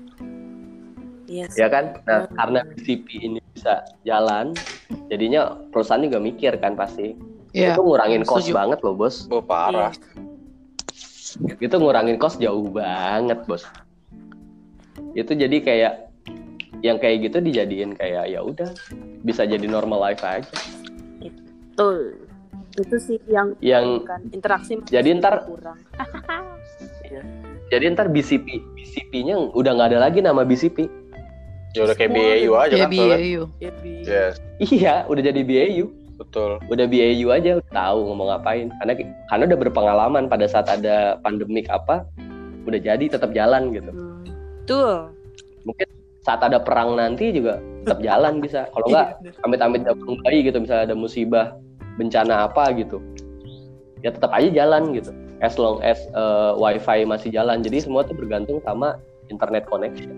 Iya. ya kan? Nah karena B C P ini bisa jalan, jadinya perusahaan juga mikir kan pasti. Iya. Itu ngurangin cost Setuju. banget loh bos. Oh parah. Itu ngurangin cost jauh banget bos. Itu jadi kayak yang kayak gitu dijadiin kayak ya udah bisa jadi normal life aja. Betul. Itu sih yang Yang kan interaksi jadi ntar kurang. jadi ntar B C P B C P-nya udah nggak ada lagi nama B C P. Ya udah kayak B A U aja Ya kan B soalnya. A U. Ya, bi- Yes, Iya, udah jadi B A U. betul. Udah B A U aja, udah tahu ngomong ngapain. Karena karena udah berpengalaman pada saat ada pandemik apa, udah jadi tetap jalan gitu. Hmm. Tuh. Mungkin saat ada perang nanti juga tetap jalan bisa. Kalau nggak amit-amit jabung bayi gitu, misalnya ada musibah, bencana apa gitu, ya tetap aja jalan gitu. As long as uh, wifi masih jalan. Jadi semua tuh bergantung sama internet connection.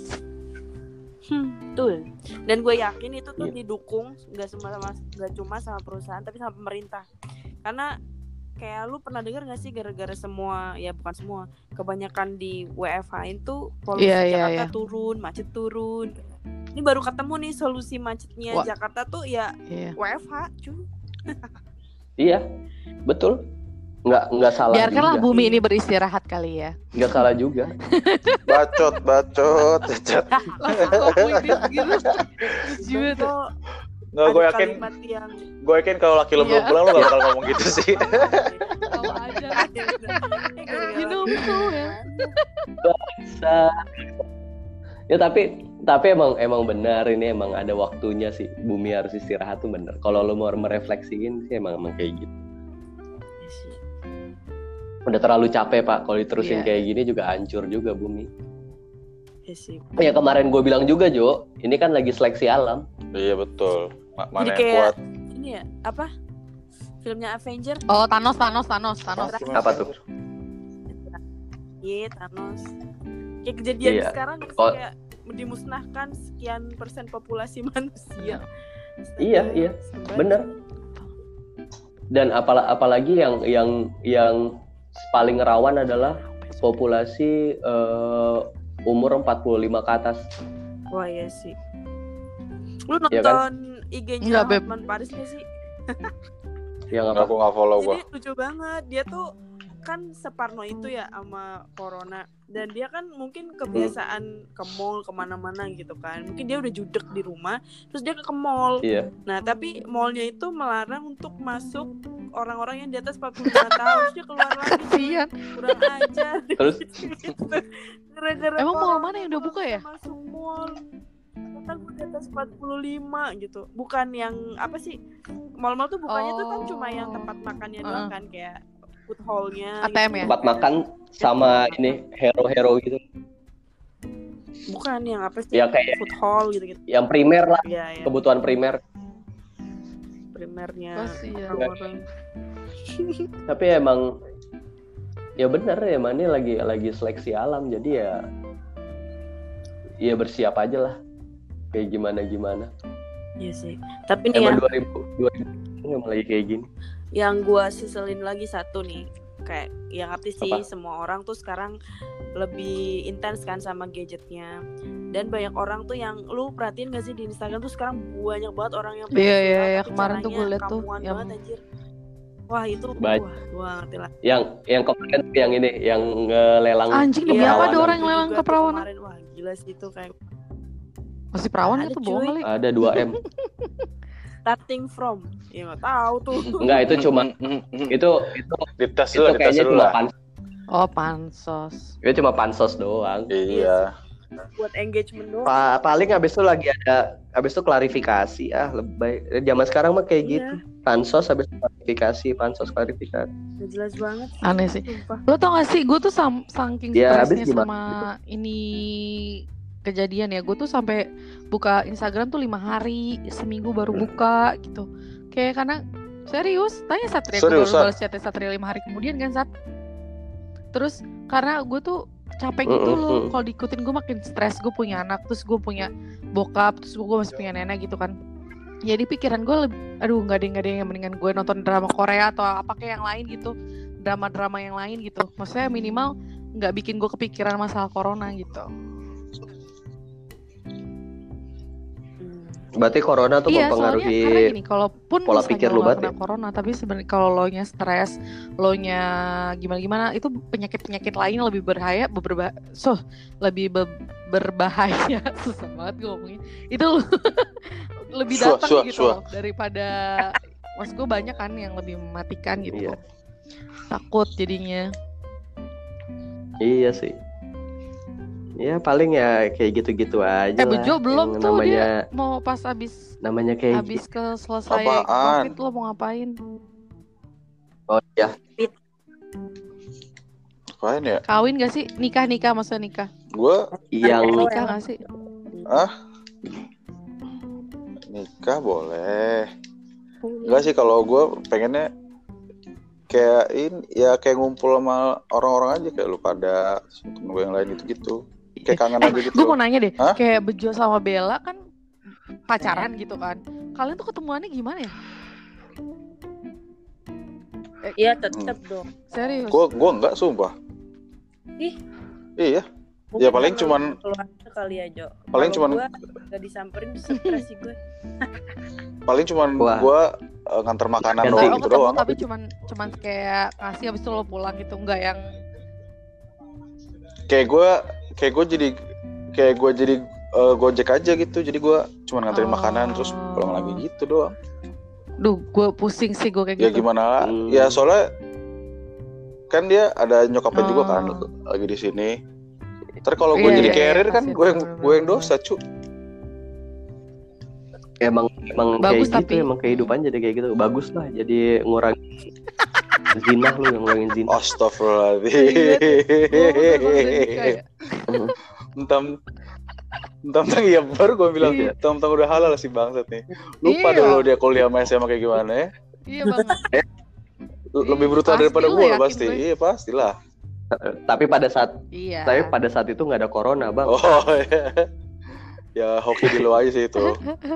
Hmm, betul. Dan gue yakin itu tuh Iya. didukung nggak cuma sama nggak cuma sama perusahaan tapi sama pemerintah. Karena kayak lu pernah dengar nggak sih gara-gara semua, ya bukan semua, kebanyakan di W F H itu polusi Iya, iya, Jakarta iya. turun, macet turun. Ini baru ketemu nih solusi macetnya Wah. Jakarta tuh ya Iya. W F H, cuy. Iya, betul. Nggak nggak salah Biarkanlah juga. bumi ini beristirahat kali ya. Nggak salah juga. Bacot, bacot, bacot. Langsung ngomongin gitu. Lucu banget. Kok Nggak, gue ada yakin, kalimat yang gue yakin kalau laki lo Iya. belum pulang lo gak bakal ngomong gitu sih. Tahu aja. You know me so well. Bisa. Ya tapi tapi emang emang benar, ini emang ada waktunya sih, bumi harus istirahat tuh bener. Kalau lo mau merefleksiin sih emang emang kayak gitu. Udah terlalu capek pak, kalau diterusin Iya. kayak gini juga hancur juga bumi. Ya sih. Ya kemarin gue bilang juga Jo, ini kan lagi seleksi alam. Iya betul. Ma- Jadi mana yang kayak kuat? ini ya, apa? Filmnya Avenger, Oh, Thanos, Thanos, Thanos, Thanos. Apa tuh? iya Thanos. Kayak kejadian Iya. sekarang Oh. kayak dimusnahkan sekian persen populasi manusia. Iya, iya. Sebenarnya. Bener. Dan apal- apalagi yang yang yang paling rawan adalah populasi eh, umur empat puluh lima ke atas. Wah iya sih. Lu nonton Iya kan? I G-nya Enggak, Beb. Hotman Paris gak sih? Yang Nggak, apa? aku nggak follow gua. Jadi lucu banget. Dia tuh kan separno itu ya sama corona. Dan dia kan mungkin kebiasaan ke mall kemana-mana gitu kan. Mungkin dia udah judek di rumah, terus dia ke mall. Iya. Nah tapi mallnya itu melarang untuk masuk orang-orang yang di atas empat puluh lima tahun. Terus dia keluar lagi. Kasian. Kurang ajar. Terus? Gitu. Gara-gara Emang mall corona mana yang udah buka ya? masuk mall. Kan gue di atas empat puluh lima gitu. Bukan yang apa sih? Mall-mall tuh bukannya tuh kan Oh. cuma yang tempat makannya Uh. doang kan, kayak food hall-nya A T M gitu. ya? Tempat makan sama ini hero-hero gitu. Bukan yang apa sih? Ya kayak Food hall gitu-gitu. yang primer lah, Iya, ya. kebutuhan primer. Primernya Kasian. orang-orang. Tapi emang ya bener ya, emang ini lagi lagi seleksi alam, jadi ya ya bersiap aja lah kayak gimana gimana. Iya sih. Tapi nih ya, Emang dua ribu dua ribu emang lagi kayak gini. yang gua seselin lagi satu nih, kayak yang ngerti sih Apa? semua orang tuh sekarang lebih intens kan sama gadgetnya. Dan banyak orang tuh yang lu perhatiin gak sih di Instagram tuh sekarang banyak banget orang yang Iya, pengen iya, viral, iya, tapi kemarin tuh caranya gue liat tuh kamuan yang- banget anjir. Wah itu Banyak. wah gua ngerti lah. Yang yang kemarin tuh yang ini yang ngelelang Anjing, demi Iya, apa ada keperawanan. orang yang lelang juga tuh keperawanan? kemarin. Wah gila sih itu kayak Masih perawan Ada, itu cuy. bohong kali. Ada dua M. starting from. Ya nggak tahu tuh. Enggak, itu cuma Mm, mm, mm. itu itu Dites itu dulu, dites kayaknya dulu cuma lah. pan, Oh, pansos. itu cuma pansos doang. Iya. Buat engagement doang. Pa- paling habis itu lagi ada habis itu klarifikasi ah lebay. Zaman sekarang mah kayak Iya. gitu. Pansos habis itu klarifikasi, pansos klarifikasi. Nggak jelas banget. sih. Aneh sih. Sumpah. Lo tau gak sih, gue tuh sam- saking Ya, habis stresnya gimana? sama ini kejadian ya, gue tuh sampai buka Instagram tuh lima hari, seminggu baru buka gitu. Kayak karena serius, tanya Satria, gue baru Seriusan? balas chatnya Satria lima hari kemudian kan Sat. Terus karena gue tuh capek gitu Mm-mm, loh, mm. kalau diikutin gue makin stres. Gue punya anak, terus gue punya bokap, terus gue masih punya nenek gitu kan. Jadi pikiran gue lebih, aduh nggak ada nggak ada yang mendingan gue nonton drama Korea atau apa kayak yang lain gitu, drama-drama yang lain gitu. Maksudnya minimal nggak bikin gue kepikiran masalah corona gitu. Hmm. Berarti corona tuh Iya, soalnya mempengaruhi karena gini, kalaupun pola misalnya pikir lo lu nggak banget kena corona, tapi sebenarnya kalau lo nya stres, lo nya gimana-gimana, itu penyakit-penyakit lain lebih berbahaya, berba, so lebih be- berbahaya, susah banget gue ngomongnya. Itu lebih Sua, datang sua, gitu sua. loh, daripada, maksud gue banyak kan yang lebih mematikan gitu. Iya. Takut jadinya. Iya sih. Ya paling ya kayak gitu-gitu aja Eh lah. Bejo belum Yang tuh namanya dia mau pas abis namanya kayak abis ke selesai Apaan? COVID lo mau ngapain? oh ya Apaan ya? Kawin gak sih? Nikah nikah masa nikah? Gue yang Nikah gak sih? ah nikah boleh. Enggak sih, kalau gue pengennya kayak ini ya kayak ngumpul sama orang-orang aja kayak lu pada temen gue yang lain gitu-gitu. Kayak kangen aja gitu. Gue mau nanya deh, Hah? kayak Bejo sama Bella kan pacaran gitu kan. Kalian tuh ketemuannya gimana ya? Iya tetep dong. Serius? Gue gue enggak sumpah. Ih. Iya. Mungkin Ya, paling karena cuman- keluarga kali ya Jo. Paling Kalau cuman- gua gak disamperin stres sih gue. Paling cuman Wah. gue uh, nganter makanan Ganti. doang Oh, gitu ketemu doang. tapi cuman cuman kayak ngasih habis itu lo pulang gitu, enggak yang Kayak gue kayak gue jadi kayak gue jadi uh, gojek aja gitu. Jadi gue cuman nganterin Oh. makanan terus pulang lagi gitu doang. duh, gue pusing sih gue kayak Ya gitu. gimana? Hmm. Ya soalnya kan dia ada nyokapnya juga kan Oh. lagi di sini. Ntar kalau gue Iya, jadi iya, iya, carrier kan kasihan, gue yang bener-bener. gue yang dosa cu. emang emang Bagus, kayak gitu, tapi- emang kehidupan jadi kayak gitu. Bagus lah, jadi ngurangin zina lu yang ngurangin zina. Iya, Astagfirullahaladzim. Gua udah ngerasain nikah ya. Entam entam iya baru gue bilang Iya. entam udah halal si bangsat nih. Lupa Iya. dulu dia kuliah sama S M A kayak gimana ya. Iya banget. L- Lebih brutal Pasti daripada lu gue yakin pasti. gue. Iya pastilah. Tapi pada saat Iya. tapi pada saat itu nggak ada corona bang. Oh iya. Ya hoki di lu aja sih itu.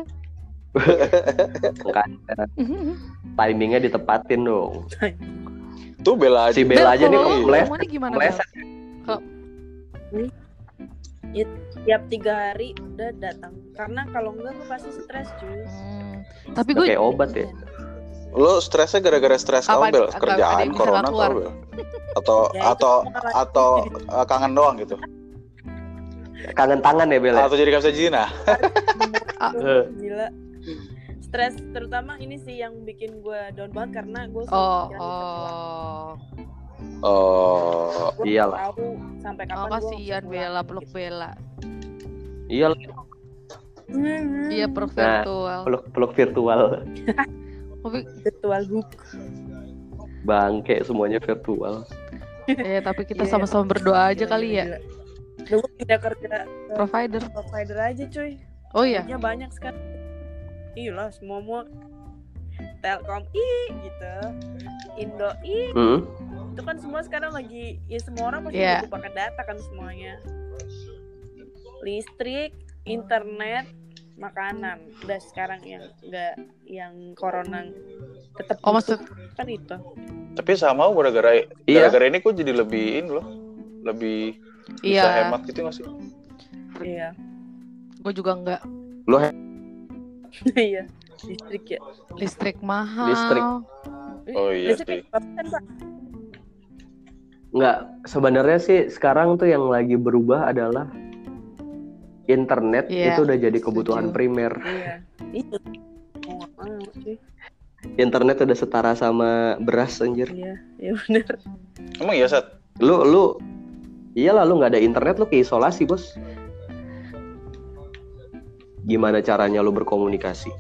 Makanya timingnya ditepatin dong. Tuh Bella aja. Si Bella Bel, aja nih kalau lo kepleset. ketemuannya gimana, Bel? Kepleset. Ya, tiap tiga hari udah datang. Karena kalau enggak gue pasti stres cuy. Hmm. Tapi gue Kayak obat ya. Lo stresnya gara-gara stres Apa- kamu Bel? ada- ada Kerjaan, yang bisa corona nggak keluar? atau Bel? Atau Ya, itu atau semua atau uh, kangen doang gitu? Kangen tangan ya Bel ya? Atau jadi gak bisa Gina? Aduh, gila. Stres terutama ini sih yang bikin gue down banget karena gue oh oh Oh, Gue Iyalah. tahu sampai oh kapan kasihan gue Bella, peluk Bella. Iya, Iya peluk Nah, virtual. peluk peluk virtual. Tapi virtual hook. Bangke semuanya virtual. ya tapi kita Iya. sama-sama berdoa aja Gila, kali gila, ya. gila. Lu pindah kerja ke Provider. provider aja cuy. Oh iya. Nya banyak sekarang. Iyalah semua mau Telkom I gitu. Indo I Hmm. itu kan semua sekarang lagi ya semua orang pasti Iya. butuh pakai data kan semuanya. Listrik, internet, makanan. Udah sekarang yang enggak yang corona tetap Oh maksud kan itu. tapi sama gara-gara Iya. gara-gara ini gue jadi lebih ini loh, lebih bisa iya. hemat gitu nggak sih? Iya. Gue juga enggak. Lo he- Iya. Listrik ya. Listrik mahal. Listrik. Oh iya Listrik sih. kan, Pak. nggak sebenarnya sih sekarang tuh yang lagi berubah adalah internet Iya, itu udah jadi kebutuhan setuju. primer. Iya. Itu. Mau nggak mau cuy. Internet udah setara sama beras anjir. Iya, ya benar. Emang iya Sat? Lu lu iyalah lu nggak ada internet lu keisolasi, Bos. Gimana caranya lu berkomunikasi?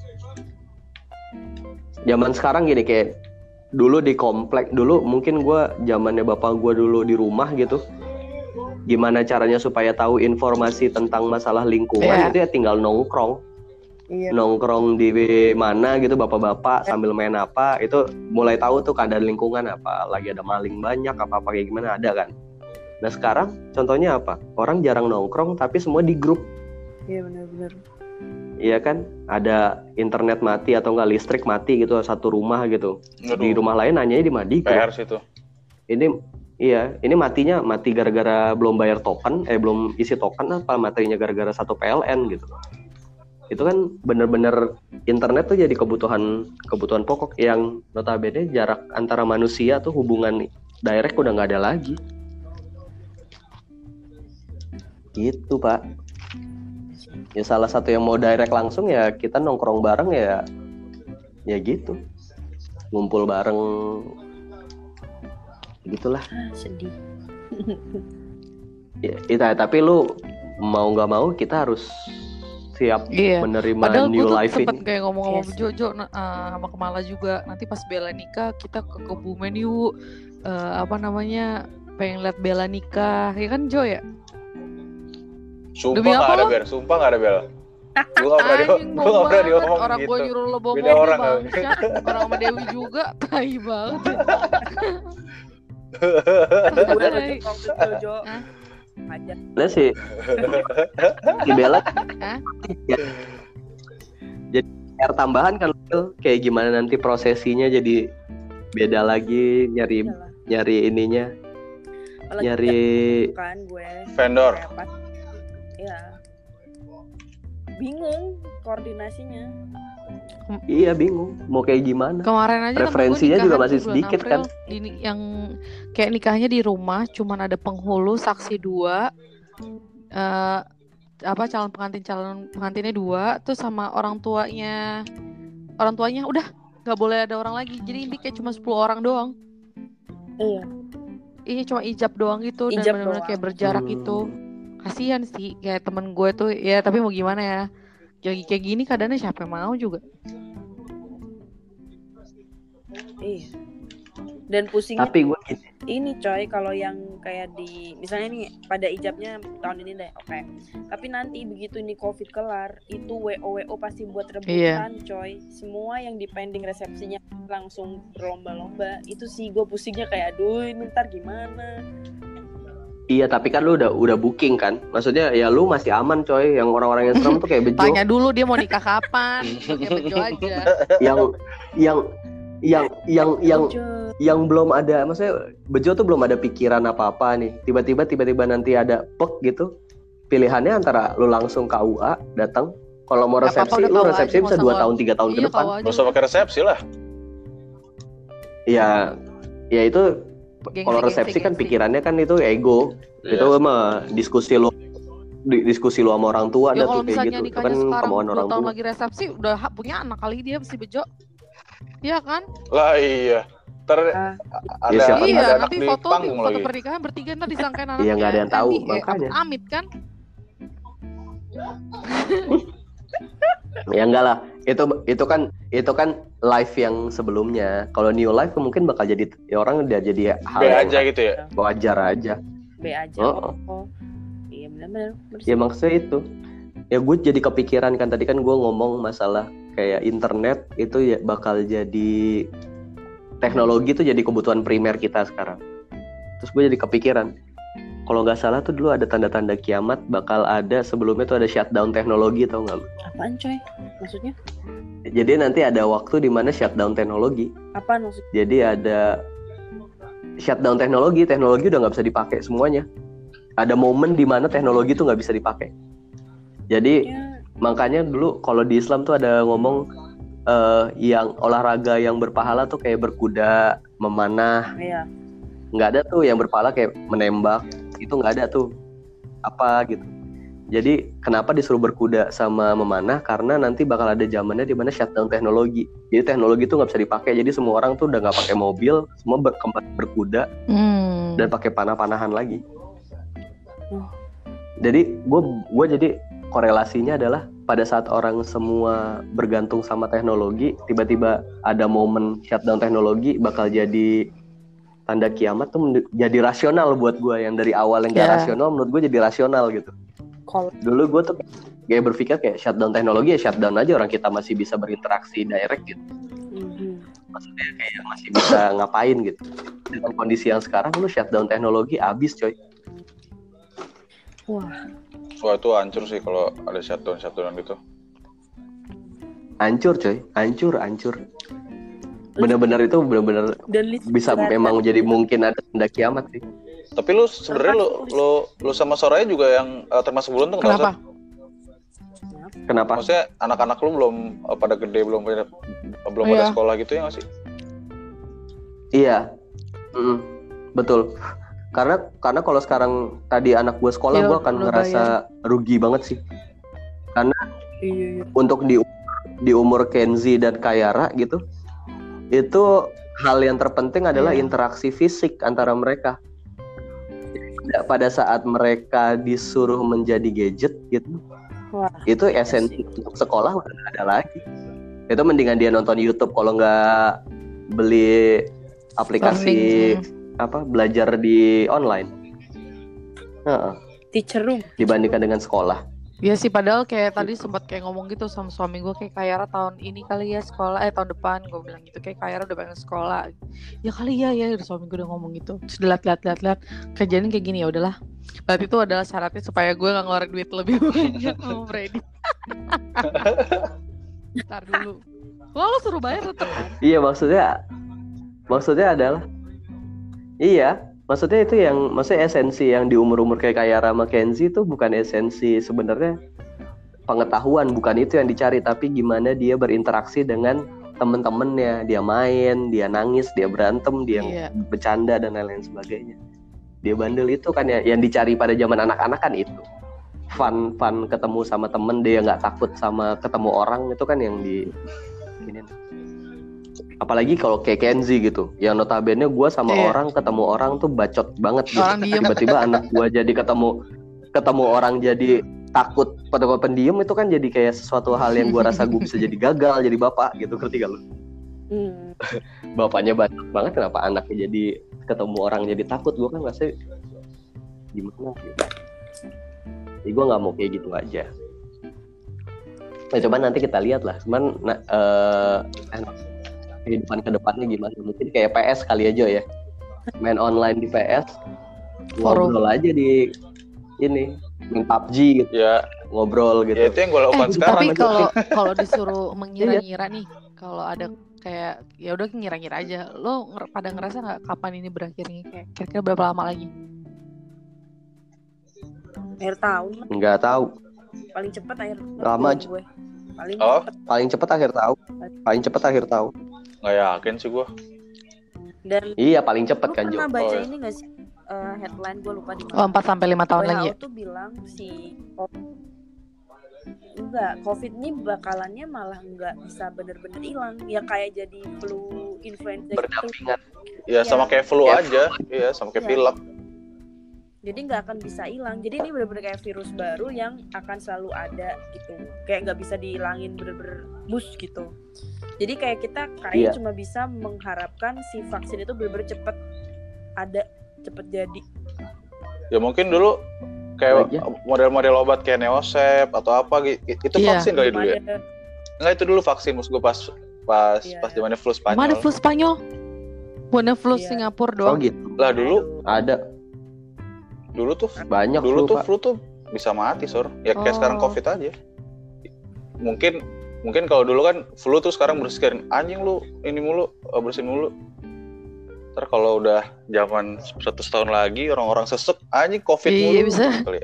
Zaman sekarang gini kayak dulu di komplek dulu mungkin gua zamannya bapak gua dulu di rumah gitu. Gimana caranya supaya tahu informasi tentang masalah lingkungan Iya. itu ya tinggal nongkrong. Iya. Nongkrong di mana gitu bapak-bapak sambil main apa itu mulai tahu tuh keadaan lingkungan apa lagi ada maling banyak apa-apa kayak gimana ada kan. Nah sekarang contohnya apa? Orang jarang nongkrong tapi semua di grup. Iya benar-benar. Iya kan? Ada internet mati atau enggak listrik mati gitu satu rumah gitu. Di Aduh, rumah lain nanyanya di mana? Di P grup. R sih itu. Ini iya, ini matinya mati gara-gara belum bayar token, eh belum isi token apa matinya gara-gara satu P L N gitu. Itu kan bener-bener internet tuh jadi kebutuhan kebutuhan pokok yang notabene jarak antara manusia tuh hubungan direct udah nggak ada lagi. Gitu Pak. Ya salah satu yang mau direct langsung ya kita nongkrong bareng ya, ya gitu, ngumpul bareng, gitulah. Ah, sedih. Ya, itu tapi lu mau nggak mau kita harus siap Iya. menerima Padahal gue new tuh life sempet ini. kayak ngomong-ngomong Yes. sama Jojo nah, uh, sama Kemala juga. Nanti pas Bella nikah kita ke Kebumen yuk. Uh, apa namanya? Pengen lihat Bella nikah. Ya kan Jo ya? Sumpah Demi nggak apa ada lo? Bel, sumpah nggak ada Bel. Gue nggak pernah di, Anjing gue bau nggak pernah banget. diomong Orang gitu. gue nyuruh lo bawa Beda mobil orang kali. bangsat. Orang sama Dewi juga. Tai banget. Gue Tai. waktu Jojo Hah? aja. Nah si si Bella Hah? ya, jadi R tambahan kan Bel. Kayak gimana nanti prosesinya jadi beda lagi nyari Iyalah. nyari ininya Apalagi nyari kan gue Vendor. kayak pas- ya bingung koordinasinya. iya bingung mau kayak gimana. Kemarin aja temen gue Referensinya juga nikahan masih tuh bulan sedikit April. kan. Di, yang kayak nikahnya di rumah, cuman ada penghulu, saksi dua, eh apa calon pengantin calon pengantinnya dua, tuh sama orang tuanya, orang tuanya udah nggak boleh ada orang lagi. Jadi ini kayak cuma sepuluh orang doang. Iya. Ini cuma ijab doang gitu dan Ijab benar-benar doang. kayak berjarak Hmm. gitu. Kasihan sih kayak temen gue tuh ya, tapi mau gimana ya? Kayak kayak gini keadaannya siapa yang mau juga. Iya. Dan pusingnya Tapi gue gini, ini coy kalau yang kayak di misalnya nih pada ijabnya tahun ini deh, oke. Tapi nanti begitu ini Covid kelar, itu W O W O pasti buat rebutan coy. Semua yang di pending resepsinya langsung berlomba-lomba. Itu sih gue pusingnya kayak aduh ini ntar gimana. iya tapi kan lu udah udah booking kan. Maksudnya ya lu masih aman coy. Yang orang-orang yang serem tuh kayak bejo. Tanya dulu dia mau nikah kapan. Kayak bejo aja. yang yang yang yang yang yang Jojo. yang belum ada, maksudnya Bejo tuh belum ada pikiran apa-apa nih. Tiba-tiba tiba-tiba nanti ada pek gitu. Pilihannya antara lu langsung K U A datang. Kalau mau Gak apa-apa, resepsi, udah lu K U A resepsi aja, bisa nggak dua usah tahun tiga tahun ke Iya, depan. K U A aja. Gak usah pakai resepsi lah. Ya, ya itu Gengsi, kalau gengsi, resepsi kan gengsi. pikirannya kan itu ego. Iya. Itu mah diskusi lu di- diskusi lu sama orang tua Ya ada kalau tuh kayak misalnya gitu. Itu nikahnya kan sekarang kemauan dua orang tahun tua. lagi resepsi udah ha- punya anak kali dia si Bejo. Iya kan? Lah iya. Ntar Ah, ada, Ya, siapa- ada Iya, anak nanti di foto di panggung foto lagi. pernikahan bertiga ntar disangkain anaknya. Iya, nggak ada yang tahu, Andy, eh, makanya. Amit kan? Ya enggak lah. Itu itu kan itu kan live yang sebelumnya. Kalau new live mungkin bakal jadi ya orang udah jadi hal B yang aja gitu ya. wajar aja. B aja. Oh. Oh. Iya benar-benar. Ya maksudnya itu. Ya gue jadi kepikiran kan tadi kan gue ngomong masalah kayak internet itu ya bakal jadi teknologi itu jadi kebutuhan primer kita sekarang. Terus gue jadi kepikiran kalau nggak salah tuh dulu ada tanda-tanda kiamat bakal ada sebelumnya tuh ada shutdown teknologi tau nggak lu? Apaan coy? Maksudnya? Jadi nanti ada waktu di mana shutdown teknologi. Apaan maksudnya? Jadi ada shutdown teknologi, teknologi udah nggak bisa dipakai semuanya. Ada momen di mana teknologi tuh nggak bisa dipakai. Jadi Ya, makanya dulu kalau di Islam tuh ada ngomong eh, yang olahraga yang berpahala tuh kayak berkuda, memanah. iya. Nggak ada tuh yang berpahala kayak menembak. Itu nggak ada tuh apa gitu. Jadi kenapa disuruh berkuda sama memanah? Karena nanti bakal ada zamannya di mana shutdown teknologi. Jadi teknologi tuh nggak bisa dipakai. Jadi semua orang tuh udah nggak pakai mobil, semua ber- kembali berkuda Hmm. dan pakai panah-panahan lagi. Hmm. Jadi gue gue jadi korelasinya adalah pada saat orang semua bergantung sama teknologi, tiba-tiba ada momen shutdown teknologi bakal jadi tanda kiamat tuh mendu- jadi rasional buat gue yang dari awal yang gak Ya. rasional menurut gue jadi rasional gitu. Kalau Dulu gue tuh kayak berpikir kayak shutdown teknologi ya shutdown aja orang kita masih bisa berinteraksi direct gitu. Mhm. Maksudnya kayak masih bisa ngapain gitu. Dengan kondisi yang sekarang lu shutdown teknologi abis coy. wah, Wah itu hancur sih kalau ada shutdown shutdown gitu. Hancur coy, hancur, hancur. Bener-bener itu bener-bener dan list bisa kelihatan. memang jadi mungkin ada tanda kiamat sih. Tapi lu sebenarnya lu lu lu sama Soraya juga yang uh, termasuk beruntung nggak Kenapa? usah? Kenapa? Maksudnya anak-anak lu belum uh, pada gede belum pada belum Oh, pada iya. sekolah gitu ya nggak sih? Iya, Mm-mm. betul. Karena karena kalau sekarang tadi anak gue sekolah, Iya, gue akan udah ngerasa rugi banget sih. Iya, iya. Untuk di di umur Kenzi dan Kayara gitu, itu hal yang terpenting adalah Iya. interaksi fisik antara mereka. Pada- Pada saat mereka disuruh menjadi gadget gitu, Wah, itu esensi untuk sekolah udah nggak ada lagi. Itu mendingan dia nonton YouTube kalau nggak beli aplikasi Learning. apa belajar di online. Heeh, teacher room. dibandingkan dengan sekolah. Iya sih, padahal kayak tadi sempat kayak ngomong gitu sama suami gue kayak Kayara tahun ini kali ya sekolah, eh tahun depan gue bilang gitu kayak Kayara udah pengen sekolah. Ya kali ya ya, suami gue udah ngomong gitu. Terus lihat lihat lihat lihat kejadian kayak gini ya udahlah. Berarti itu adalah syaratnya supaya gue gak ngeluarin duit lebih banyak sama Freddy. Ntar dulu. Wah lo suruh bayar tetep kan? Iya maksudnya maksudnya adalah iya maksudnya itu yang maksudnya esensi yang di umur-umur kayak Kayara sama Kenzi itu bukan esensi sebenarnya pengetahuan, bukan itu yang dicari, tapi gimana dia berinteraksi dengan temen-temennya, dia main, dia nangis, dia berantem, dia Iya. bercanda dan lain-lain sebagainya. Dia bandel itu kan ya yang dicari pada zaman anak-anak kan itu. Fun fun ketemu sama temen, dia nggak takut sama ketemu orang, itu kan yang di ini. Apalagi kalau kayak Kenzi gitu, yang notabene gue sama Iya. orang ketemu orang tuh bacot banget gitu. Orang diem. Tiba-tiba anak gue jadi ketemu ketemu orang jadi takut pada pendiam, itu kan jadi kayak sesuatu hal yang gue rasa gue bisa jadi gagal jadi bapak gitu, ngerti gak lu? Hmm. Bapaknya bacot banget, kenapa anaknya jadi ketemu orang jadi takut? Gue kan rasanya gimana gitu. Jadi gue nggak mau kayak gitu aja. Nah, coba nanti kita lihat lah. Cuman nah, eh, kehidupan kedepannya gimana? Mungkin kayak P S kali aja ya. Main online di P S, Forum. ngobrol aja di ini, main P U B G gitu, Ya, ngobrol gitu. ya itu yang gue lakukan Eh, sekarang. tapi kalau kalau disuruh mengira-ngira nih, kalau ada kayak ya udah ngira-ngira aja. Lo nger- pada ngerasa nggak kapan ini berakhirnya? Kayak kira-kira berapa lama lagi? Akhir tahun lah, Nggak tahu. paling cepet akhir Lama tahun aja. gue. Paling Oh. cepet. Paling cepet akhir tahun. Paling cepet akhir tahun. Nggak yakin sih gue. Dan Iya paling cepet lu kan Jo. pernah baca Oh, iya. ini gak sih? Eh, headline gue lupa di Oh, mana. empat sampai lima tahun W H O lagi ya? tuh bilang si enggak, COVID ini bakalannya malah nggak bisa bener-bener hilang. Ya kayak jadi flu influenza gitu. Berdampingan. Ya sama kayak flu Kayak aja. Iya sama kayak Iya. pilek. Jadi nggak akan bisa hilang. Jadi ini bener-bener kayak virus baru yang akan selalu ada gitu. Kayak nggak bisa dihilangin bener-bener mus gitu. Jadi kayak kita kayak Iya. cuma bisa mengharapkan si vaksin itu bener-bener cepet ada, cepet jadi. Ya mungkin dulu kayak Aja. model-model obat kayak Neosep atau apa gitu. Itu Iya. vaksin kali dulu ya? Gimana? Enggak, itu dulu vaksin maksud gue pas pas Iya. pas zamannya flu Spanyol. Mana flu Spanyol? Mana flu Iya. Singapura Oh doang? gitu. Lah dulu Ada dulu tuh banyak dulu flu, tuh Pak. flu tuh bisa mati, Sor. Ya kayak Oh. sekarang Covid aja. Mungkin mungkin kalau dulu kan flu tuh sekarang bersihin anjing lu ini mulu, eh, bersihin mulu. Ntar kalau udah zaman seratus tahun lagi orang-orang sesek anjing Covid Iya, mulu. bisa. Kali ya.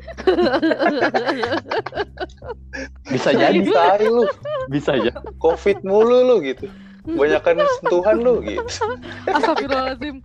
Bisa jadi. Tai lu, Bisa aja. Covid mulu lu gitu. Banyakan sentuhan lu gitu. Astagfirullahaladzim.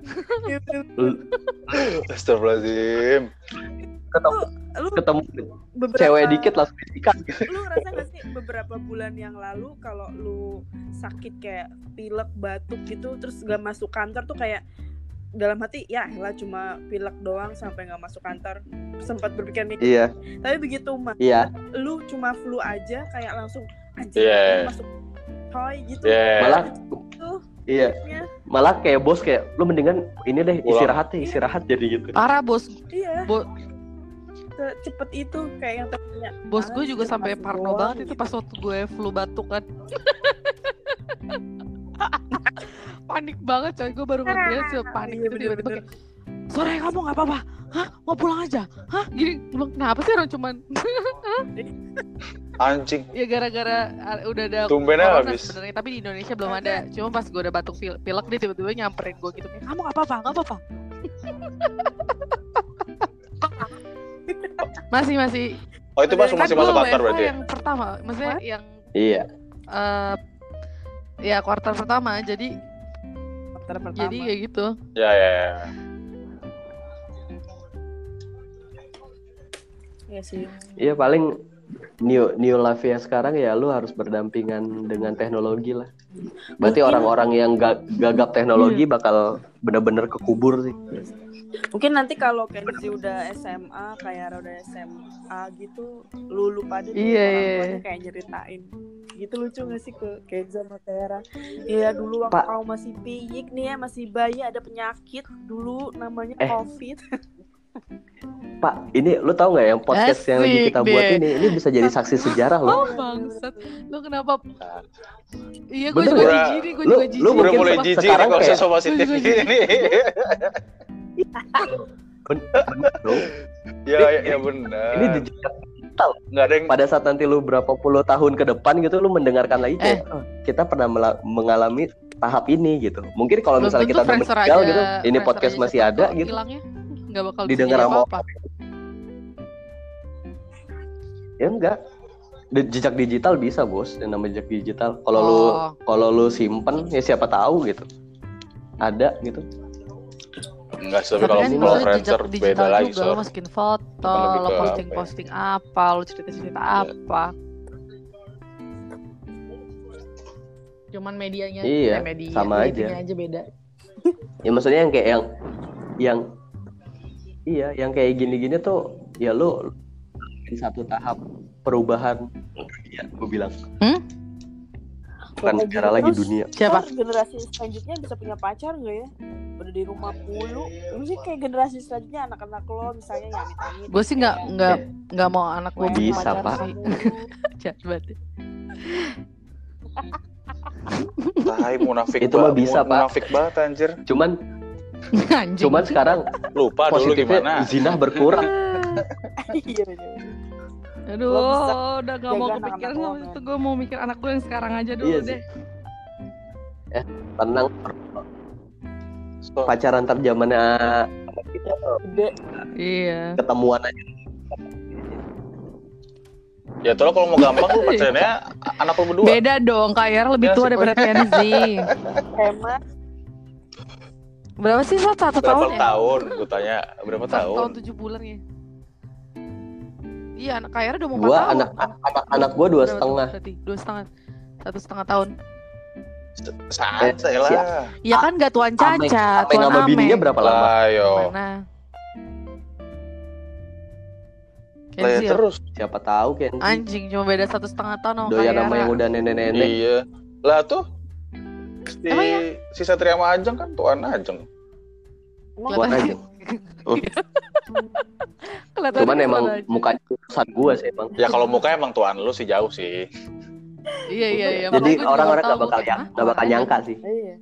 Astagfirullahaladzim. Ketemu Lu ketemu beberapa cewek dikit langsung disikat. lu rasa gak sih beberapa bulan yang lalu kalau lu sakit kayak pilek batuk gitu terus gak masuk kantor tuh kayak dalam hati ya lah cuma pilek doang sampai gak masuk kantor, sempat berpikir nih. Iya, Tapi begitu mah iya. lu cuma flu aja kayak langsung anjing Iya. lu masuk toy gitu. Yeah. Malah Tuh, iya. ya. Malah kayak bos kayak lu mendingan ini deh Pulang. istirahat deh, istirahat jadi gitu. Parah bos. Iya. Bo- Cepet itu kayak yang tadinya Bos gue "Ah, juga cuma sampai flu parno doang," banget itu gitu. pas waktu gue flu batuk kan. Panik banget coy, gue baru ngerti sih panik Iya, itu tiba-tiba bener-bener. kayak sore kamu nggak apa-apa, hah mau pulang aja, hah gini, gue bilang kenapa sih orang cuman Anjing. ya gara-gara uh, udah ada Tumben corona habis. sebenarnya tapi di Indonesia belum ada, cuma pas gue udah batuk pil- pilek dia tiba-tiba nyamperin gue gitu kayak kamu nggak apa-apa nggak apa-apa. masih masih Oh itu pas lu kan masih gue masuk kantor W F H berarti ya? yang pertama, maksudnya yang Iya. eh ya kuartal pertama jadi Faktor pertama. jadi kayak gitu. Ya ya ya. Iya sih. Iya paling new new life ya sekarang ya lu harus berdampingan dengan teknologi lah. Berarti Mungkin- orang-orang yang ga- gagap teknologi bakal bener-bener kekubur sih. Mungkin nanti kalau Kenzi udah S M A, kayak udah S M A gitu, lu lu pada tuh Iya, orang iya. tuanya kayak nyeritain. Gitu lucu gak sih ke Kenza sama Tera? Iya dulu waktu Pak. kamu masih piyik nih ya, masih bayi ada penyakit dulu namanya Eh. Covid. Pak, ini lu tahu nggak yang podcast yang lagi Asik kita buat deh. ini, ini bisa jadi saksi sejarah loh. Oh bangsat, lu kenapa? Iya gue Bener juga nggak? jijik nih, gue Lu- juga lu jijik. Udah Mungkin mulai se- jijik nih sekarang kalau kayak- usah positif Gue juga ini. Ben- bener dong. Ya ya, ya benar. Ini di jejak digital. Nggak ada yang Pada saat nanti lu berapa puluh tahun ke depan gitu, lu mendengarkan lagi kayak, Eh. "Oh, kita pernah mela- mengalami tahap ini gitu. Mungkin kalau Belum misalnya tentu kita udah Friendster meninggal aja- gitu, ini Friendster podcast aja masih siapa ada tahu gitu. hilangnya nggak bakal Didengar bisa sama apa-apa. Ya enggak. Di- Jejak digital bisa, Bos. Yang namanya jejak digital. Kalau lu Oh. kalau lu simpen ya siapa tahu gitu. Ada gitu. enggak sih, tapi Tapi kalau kan ini kalau maksudnya Friendster jejak beda digital lagi juga, Sor. lo masukin foto, Lebih lo ke apa posting-posting apa, lo cerita-cerita Iya. apa. Cuman medianya, Iya, eh, media, sama medianya aja. aja beda. Ya maksudnya yang kayak yang yang iya, yang kayak gini-gini tuh ya lu di satu tahap perubahan ya gue bilang. Hmm? Bukan Kalau secara gitu lagi terus, dunia. Siapa? ntar generasi selanjutnya bisa punya pacar nggak ya? Udah di rumah mulu. Lu sih kayak generasi selanjutnya anak-anak lo misalnya yang amit-amit. Gue sih nggak kayak- nggak nggak mau anak gue punya Bisa, pacar Pak. sih. Jahat banget. Tai munafik Itu mah banget, bisa, mu- Pak. munafik banget anjir. Cuman Anjing. cuman sekarang Lupa dulu positifnya gimana. zina berkurang. Iya, iya. Aduh, Lo bisa udah gak mau jaga kepikiran anak-anak lo, sama men. itu. Gue mau mikir anak gue yang sekarang aja dulu Iya deh. sih. Ya, tenang. So, Pacaran terzamannya kita Gede. Iya. ketemuan aja. ya tuh lo kalau mau gampang lu pacarnya anak lu berdua. Beda dong, Kak Yara lebih Ya, tua sih, daripada Kenzi. Hemat. Berapa sih Sat? Satu tahun Berapa ya? tahun? Gue tanya berapa Satu tahun tahun? tujuh bulan ya. Iya, anak Kak Yara udah mau empat Gua tahun. anak anak anak gua dua Berapa tuh setengah. berarti? Dua setengah. Satu setengah tahun. Santai Eh, lah. Ya kan gak Tuan Ameng, Caca, Ameng Tuan sama Ameng. bininya berapa lama? Lah yo. Mana? Lah ya Kenzi ya? terus. Siapa tahu Kenzi. Anjing, cuma beda satu setengah tahun sama Kak Doyan sama Yara. yang udah nenek-nenek. Iya. Lah tuh si, Emang ya? si Satria sama Ajeng kan tuan Ajeng. Emang Buat Kelihatan- aja. kelihatan Cuman kesel emang aja. mukanya urusan gua sih emang. Ya kalau muka emang tuan lu sih jauh sih. Iya iya iya. Jadi makanya gua juga orang-orang tahu, gak bakal kayak, ya, "Hah, gak bakal tuan nyangka Ajeng?" sih. Iya.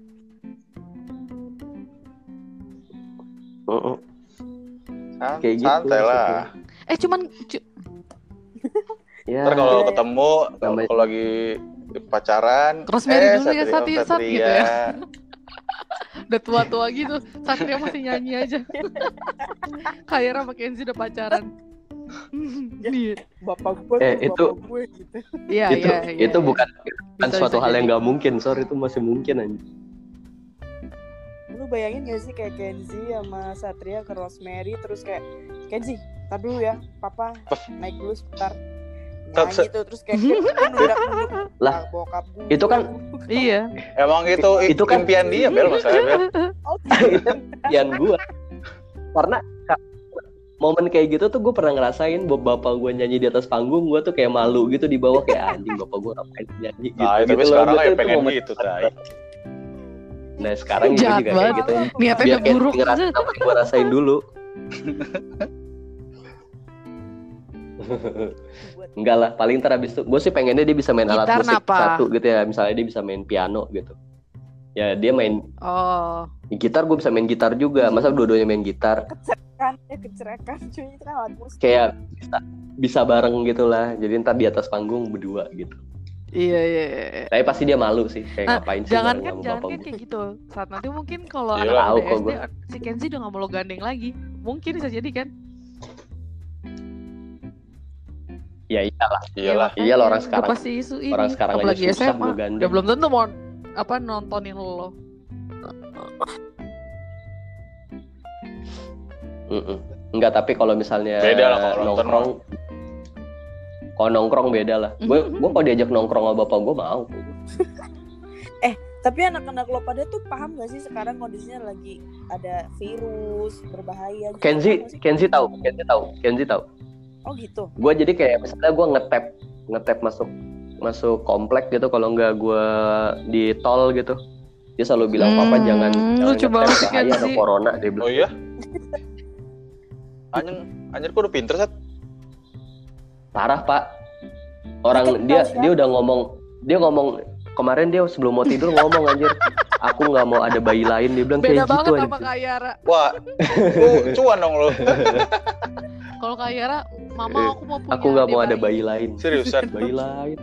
Heeh. San- Kayak gitu Santai lah. Eh cuman cu- Ya. Ntar kalau Iya. ketemu kalau Namanya- kalau lagi pacaran, Rosemary eh, dulu ya, Satria- Sat, ya, Sat, Satria. gitu ya. udah tua-tua gitu, Satria masih nyanyi aja. Kak Yara sama Kenzi udah pacaran. Iya. Bapak gue, Eh, tuh, itu- bapak gue gitu. Iya itu iya iya. itu bukan bukan Bisa- suatu bisa hal yang jadi. nggak mungkin, sorry itu masih mungkin aja. Lu bayangin gak sih kayak Kenzi sama Satria ke Rosemary terus kayak Kenzi, tar dulu ya, papa naik dulu sebentar. Tat- Nyanyi tuh terus kayak nunduk-nunduk Lah, bokap gue. itu kan- Iya. Emang itu, Itu kan- impian dia Bel masalahnya Bel. Oh, Itu impian gue karena ka- momen kayak gitu tuh gue pernah ngerasain bap- bapak gue nyanyi di atas panggung, gue tuh kayak malu gitu di bawah kayak anjing bapak gue ngapain nyanyi gitu. Nah, tapi gitu loh. sekarang Gua lah tuh ya itu pengen momen- gitu, Tai. Nah sekarang gue Jahat juga kayak banget. gitu. Niatnya Biar udah kayak buruk. ngerasain apa yang gue rasain dulu. Enggak lah, paling ntar abis itu gue sih pengennya dia bisa main alat Gitar musik napa? satu gitu ya, misalnya dia bisa main piano gitu. Ya dia main Oh. gitar, gue bisa main gitar juga. Masa dua-duanya main gitar? Kecerakan, ya kecerakan cuy, itu kan alat musik. Kayak bisa, bisa bareng gitu lah. Jadi ntar di atas panggung berdua gitu. Iya iya. iya. Tapi pasti dia malu sih, kayak Nah, ngapain sih jangan bareng kan sama jangan bapak kan gue. kayak gitu. Saat nanti mungkin kalau Iya, anak tahu udah kok S D gua. si Kenzi udah gak mau lo gandeng lagi. Mungkin bisa jadi kan? Ya iyalah, Iyalah. makanya Iyalah, orang udah sekarang- pasti isu ini. orang sekarang aja apalagi susah S M A. mau gandeng. Udah belum tentu mau apa nontonin lo. Mm-mm. Enggak, tapi kalau misalnya Beda lah kalau nonton nongkrong, kalau nongkrong beda lah. Gue gue kalau diajak nongkrong sama bapak gue mau. Tapi anak-anak lo pada tuh paham gak sih sekarang kondisinya lagi ada virus berbahaya gitu? Kenzi, Paham gak sih? Kenzi tahu, Kenzi tahu, Kenzi tahu. Oh gitu. Gue jadi kayak misalnya gue ngetap ngetap masuk masuk komplek gitu, kalau nggak gue di tol gitu, dia selalu bilang papa Hmm, jangan jangan lucu banget ngetap, sih, bahaya ada Kenzi. corona, dia bilang. Oh iya? Anjir, anjir kok udah pinter, Sat? Parah pak, orang Kan dia tahu dia udah ngomong dia ngomong kemarin, dia sebelum mau tidur ngomong anjir, aku nggak mau ada bayi lain, dia bilang Beda kayak gitu banget aja. sama Kak Yara. Wah, lu cuan dong lu. Kalau Kak Yara, mama Eh, aku mau punya Aku nggak mau adik ada bayi lain. Seriusan? Bayi lain.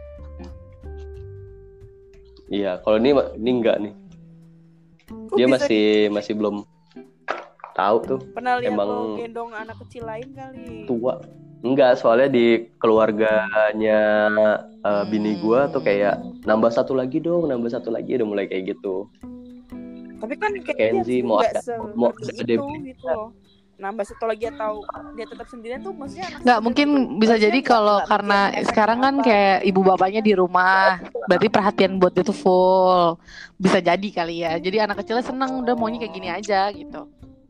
Iya, kalau ini ini enggak nih. Kok Dia bisa masih masih belum tahu tuh, pernah lihat emang- lo gendong anak kecil lain kali? tua. Enggak, soalnya di keluarganya eh, bini gua tuh kayak nambah satu lagi dong, nambah satu lagi, udah mulai kayak gitu. Tapi kan Kenzi kayaknya mau nggak ada- se- mau ngerti ada itu baby. gitu loh. Nambah satu lagi atau dia tetap sendirian tuh maksudnya anak Nggak, sendiri mungkin tuh bisa harusnya jadi nggak- kalau nggak karena mikirin efek sekarang kan apa. kayak ibu bapaknya di rumah, berarti perhatian buat dia tuh full. Bisa jadi kali ya. Jadi anak kecilnya seneng, udah maunya kayak gini aja gitu.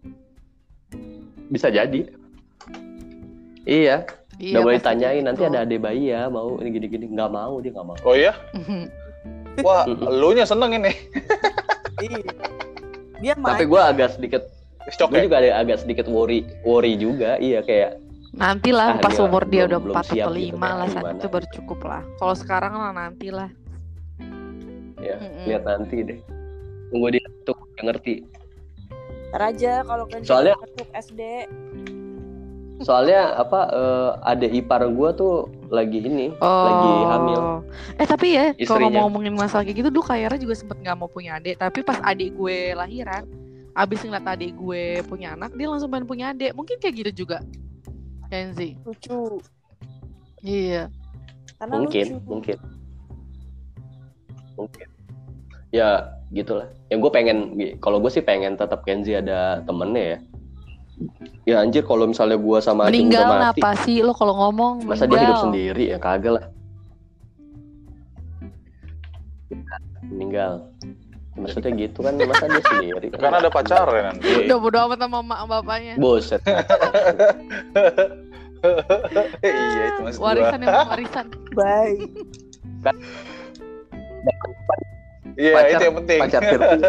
Bisa jadi. Iya, Iya, udah boleh pasti tanyain gitu. nanti ada adik bayi ya, mau ini gini-gini, nggak mau, dia nggak mau. Oh iya? Wah, Mm-mm. lu nya seneng ini. Iya. Dia Tapi main. gua agak sedikit, Shock gue ya? juga ada agak sedikit worry, worry juga, iya kayak Nanti lah Ah, pas dia umur dia belum- udah belum empat siap atau gitu, lima lah, saat gimana. itu baru cukup lah. Kalau sekarang lah nanti lah. ya Mm-mm. lihat nanti deh, tunggu dia tuh dia ngerti. Raja kalau kan Soalnya- masuk S D. Soalnya apa uh, adik ipar gue tuh lagi ini, Oh. lagi hamil. Eh tapi ya, kalau Istrinya. ngomongin masalah kayak gitu, dulu Kak Yara juga sempet nggak mau punya adik. Tapi pas adik gue lahiran, abis ngeliat adik gue punya anak, dia langsung pengen punya adik. Mungkin kayak gitu juga, Kenzi. Lucu. Iya. Karena Mungkin, lucu. mungkin, mungkin. Ya gitulah. Yang gue pengen, kalau gue sih pengen tetap Kenzi ada temennya ya. Ya anjir kalau misalnya gue sama Acung Meninggal udah mati, ngapa sih lo kalau ngomong masa meninggal? dia hidup sendiri ya kagak lah. Meninggal. Maksudnya gitu kan, masa dia sendiri? Kan ada pacarnya nanti. Udah bodo amat sama mak bapaknya. Buset. Iya itu maksud gua. Warisan yang warisan. Baik. Iya Pacar- itu yang penting. Pacar virtual.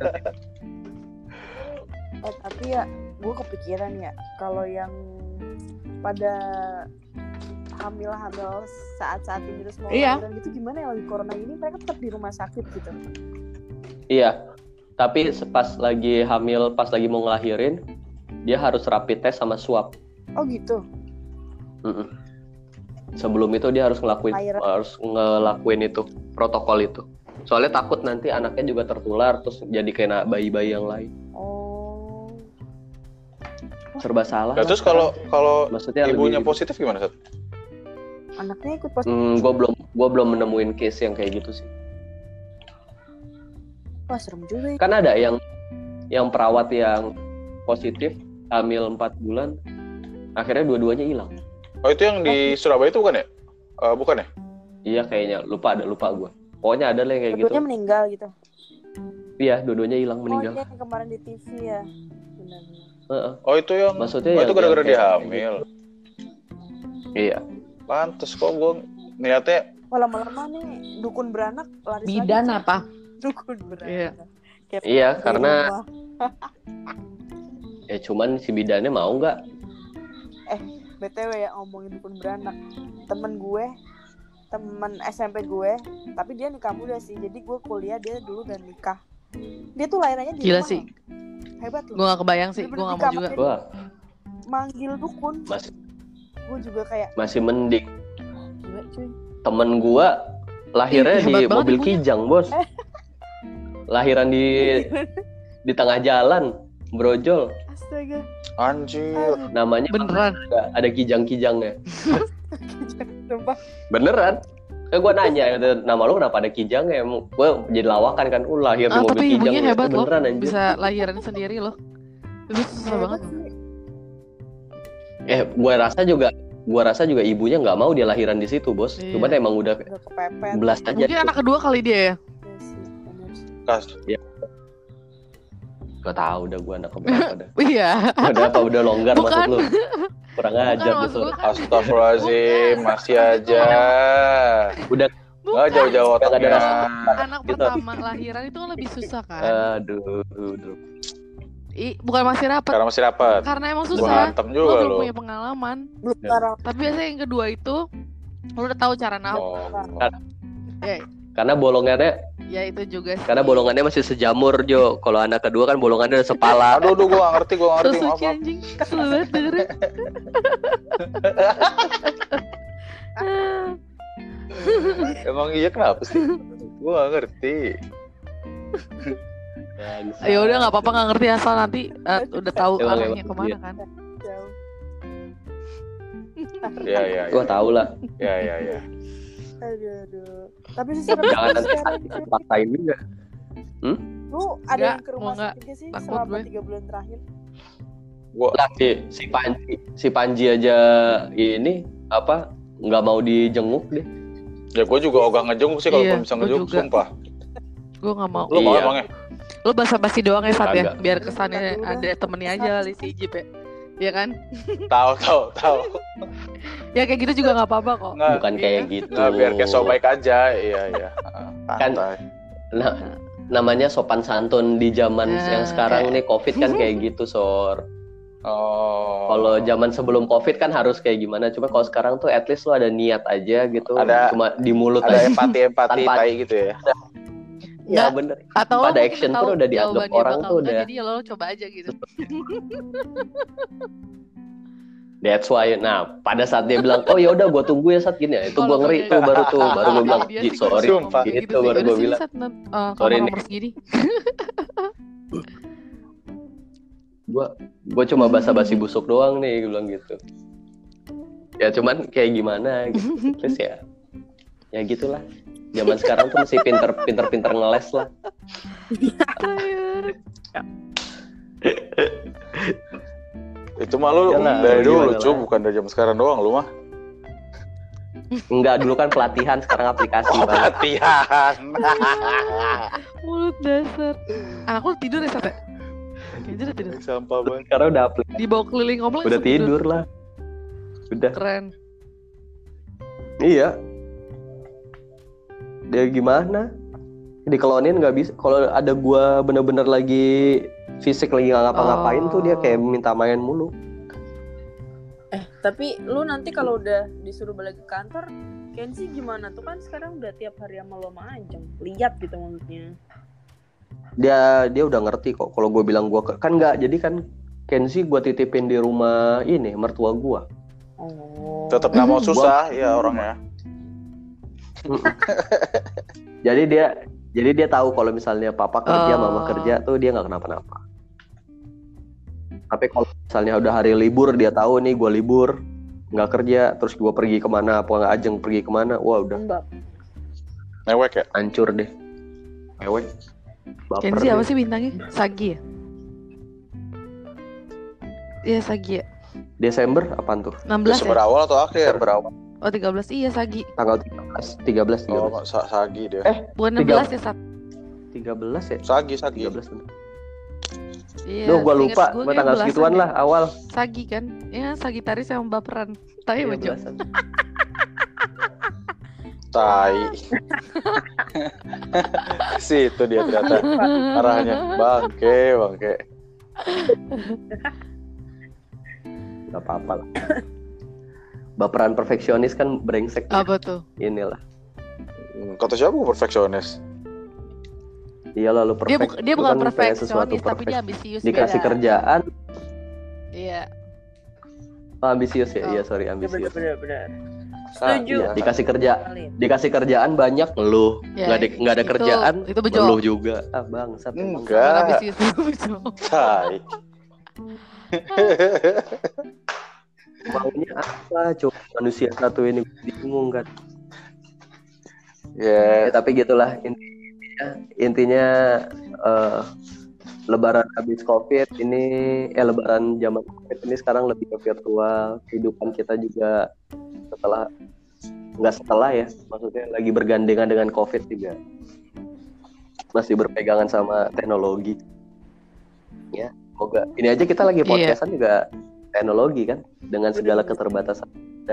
Eh tapi ya gue kepikiran ya kalau yang pada hamil-hamil saat-saat ini terus mau Iya. lahiran gitu gimana ya lagi corona ini mereka tetap di rumah sakit gitu. Iya. Tapi pas lagi hamil, pas lagi mau ngelahirin, dia harus rapid test sama swab. Oh gitu. Mm-mm. Sebelum itu dia harus ngelakuin Lahiran. harus ngelakuin itu protokol itu. Soalnya takut nanti anaknya juga tertular terus jadi kena bayi-bayi yang lain. Oh. Serba salah. Nah, lah terus kalau sekarang. kalau maksudnya ibunya lebih, positif gimana, Sat? Anaknya ikut positif. Hmm, gue belum gue belum menemuin case yang kayak gitu sih. Wah serem juga ya. Kan ada yang yang perawat yang positif hamil empat bulan, akhirnya dua-duanya hilang. Oh itu yang di Surabaya itu bukan ya? Eh, bukan ya? Iya kayaknya, lupa ada lupa gue. Pokoknya ada lah yang kayak gitu. Keduanya meninggal gitu. Iya, dua-duanya hilang Oh meninggal. iya yang kemarin di T V ya. Benar. Heeh. Oh itu yang Maksudnya oh, yang- itu gara-gara yang dia kayak- hamil. Iya. Pantes kok gue niatnya Wah lama-lama nih dukun beranak laris Bidan lagi. apa? Dukun beranak. Iya. Kayak Iya, di karena rumah. ya cuman si bidannya mau nggak? B T W ya ngomongin dukun beranak. Temen gue, temen S M P gue, tapi dia nikah muda sih. Jadi gue kuliah dia dulu dan nikah. Dia tuh lahirannya di Gila rumah. sih. loh. Hebat loh. Gue gak kebayang sih, gue Bener-bener gak mau di juga. kamar Wah, Manggil dukun. masih Gue juga kayak masih mending. gila cuy. Temen gua lahirnya Ih, di hebat banget mobil ibunya. kijang, Bos. Lahiran di di tengah jalan, brojol. Astaga. anjir. Aduh, Namanya Beneran. ada, ada kijang-kijangnya. sumpah. Beneran? Eh gue nanya, nama lu kenapa ada kijangnya? Gue jadi lawakan kan, uh lahir di Ah, mobil tapi kijang. ibunya hebat loh, Beneran anjir. bisa lahiran sendiri loh. Itu susah banget. Hebat sih. Eh, gue rasa juga, gue rasa juga ibunya nggak mau dia lahiran di situ, Bos. Iya. Cuman emang udah Udah kepepet. belas aja. Mungkin anak kedua kali dia ya. Iya sih, bener sih. Kas. Gak tau udah gue anak keberapa dah. Iya. Udah apa udah longgar Bukan. maksud lu? Kurang ajar Bukan, tuh. maksud gue kan- Astagfirullahaladzim, masih aja. Udah Nggak jauh-jauh Nggak ada otaknya. rasa. Anak Gitu. pertama lahiran itu kan lebih susah kan. Aduh, aduh. I, bukan masih rapat. Karena masih rapat. Karena emang Gua susah. hantem Gue juga belum lo. punya pengalaman. Belum Ya. parah. Tapi biasanya yang kedua itu lu udah tahu cara nafas. Oh. Ya, Karena bolongannya, ya itu juga sih. karena bolongannya masih sejamur Jo. Kalau anak kedua kan bolongannya sepala. Aduh, aduh, gue gak ngerti, gue gak So ngerti. Maaf, suci maaf. anjing. Kesel banget dengerin. Emang iya kenapa sih? Gue gak ngerti. Ya udah nggak apa-apa, nggak ngerti asal nanti eh, udah tahu Emang, arahnya emang, kemana iya. kan. Jauh. Ya, ya, Gue ya. tau lah. Ya, ya, ya. Aduh, aduh. Tapi sih serem Jangan sih nanti sekarang. sakit paksain juga. Lu ada Nggak, yang ke rumah mau nggak. sakit sih Takut selama gue. tiga bulan terakhir? Gue Lah si, si Panji, si Panji aja ini apa nggak mau dijenguk deh. ya gue juga ogah ngejenguk sih kalau Iya, belum bisa gua ngejenguk, juga. sumpah. Gue nggak mau. Lu mau Iya. emang ya? Lu basa-basi doang ya Fat ya, Kagak. biar kesannya Kagak udah. ada temennya aja kali si Ijip ya. Iya kan? Tahu, tahu, tahu. Ya kayak gitu juga nggak apa-apa kok. Nggak, Bukan iya. kayak gitu. nggak biar kayak so baik aja. Iya, iya. Kan- Santai. Nah, namanya sopan santun di zaman Nah, yang sekarang kayak- nih Covid kan kayak gitu, Sor. Oh. Kalau zaman sebelum Covid kan harus kayak gimana. Cuma kalau sekarang tuh at least lo ada niat aja gitu. Ada- Cuma di mulut ada aja. empati-empati Tanpa- tai gitu ya. Ya Nggak. bener. Atau Pada lo mungkin action tahu pun udah dianggap jawabannya orang bakal tuh enggak, udah. jadi ya lo coba aja gitu. That's why. Nah, pada saat dia bilang, oh ya udah gue tunggu ya saat gini ya, itu gue Kalau ngeri kayak tuh gitu. baru tuh, baru gue bilang, Dia Ji, sih sorry, ngomong Sumpah. kayak gitu sih. baru Yaudah gue sini, bilang. Sat, nan- uh, Sorry kamar nih. nomor segini. Gue gue cuma basa-basi busuk doang nih, gue bilang gitu. Ya cuman kayak gimana gitu, terus ya, ya gitulah. Zaman sekarang tuh mesti pinter-pinter ngeles lah. Itu mah lu Yalah, dari dulu, gimana cu, lah. bukan dari zaman sekarang doang lu mah. Enggak, dulu kan pelatihan, sekarang aplikasi Oh, Bang. latihan. Mulut dasar. Anak lu tidur ya, Sat? ya? Kayaknya udah tidur. Sampah banget. Sekarang udah aplikasi, Dibawa keliling kompleks udah langsung tidur lah. Udah, Keren. iya. Dia gimana? Dikelonin nggak bisa. Kalau ada gua bener-bener lagi fisik lagi nggak ngapa-ngapain tuh dia kayak minta main mulu. Eh, tapi lu nanti kalau udah disuruh balik ke kantor, Kenzi gimana tuh kan sekarang udah tiap hari sama lo sama Ajeng. Lihat gitu maksudnya. Dia dia udah ngerti kok. Kalau gue bilang gua ke- kan nggak, jadi kan Kenzi gua titipin di rumah ini mertua gua. Oh. Tetap nggak mau susah ya orangnya. Jadi dia jadi dia tahu kalau misalnya papa kerja, Oh. mama kerja tuh dia nggak kenapa-napa. Tapi kalau misalnya udah hari libur, dia tahu nih gue libur, nggak kerja, terus gue pergi kemana, apa nggak Ajeng pergi kemana, wah udah Mbak. Newek ya? hancur deh. Ewek. Baper Kenzi dia. apa sih bintangnya? Sagi ya? Iya, Sagi ya. Desember apaan tuh? enam belas Desember ya? awal atau akhir? Desember awal. Oh, tiga belas. Iya, Sagi. Tanggal tiga belas, tiga belas, tiga Oh, belas. sa- Sagi dia. Eh, Bukan enam belas ya, Sat? tiga belas ya? Sagi, Sagi. tiga belas bener. Iya. Duh, gua seingat lupa, gua gua kayak tanggal belasan segituan deh. lah awal. Sagi kan? Ya, Sagitarius yang baperan. Tapi Iya, macam. belasan. Tai. Situ dia ternyata arahnya. Bangke, bangke. Gak apa-apa lah. Baperan perfeksionis kan brengsek. Apa tuh? Inilah. Hmm, Kata siapa gue perfeksionis? Iya lah lu Dia, perfect. bu- dia Lu bukan kan pengen sesuatu perfeksionis, tapi perfect. dia ambisius. Dikasih beda. kerjaan, Iya. oh, ambisius ya? Oh. Iya, sorry, Ya, ambisius. benar-benar. Ah, Setuju. Iya, dikasih kerja, Valid. dikasih kerjaan banyak ngeluh, Ya, nggak ada nggak ada itu- kerjaan, itu bejo. ngeluh juga. Ah bangsat. emang. Enggak. Bukan ambisius, itu bejo. Tai. Maunya apa? Coba manusia satu ini bingung kan. Ya, Ya, tapi gitulah intinya. Intinya eh, Lebaran habis COVID ini, eh Lebaran zaman COVID ini sekarang lebih ke virtual. Kehidupan kita juga setelah nggak setelah ya, maksudnya lagi bergandengan dengan COVID juga masih berpegangan sama teknologi. Ya, semoga ini aja kita lagi Iya. podcastan juga teknologi kan, dengan segala keterbatasan.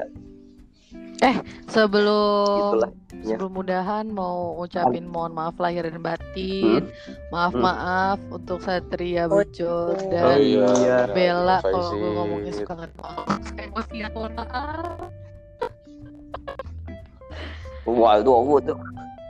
Sebelum Gitulah. sebelum mudahan mau ucapin mohon maaf lahir dan batin. Maaf Hmm. maaf untuk Satria Oh, Bejo itu. dan Oh, iya. Bella Faizin. kalau gue ngomongnya suka nggak maaf. Emosi ya, mohon maaf. Wah itu aku tuh.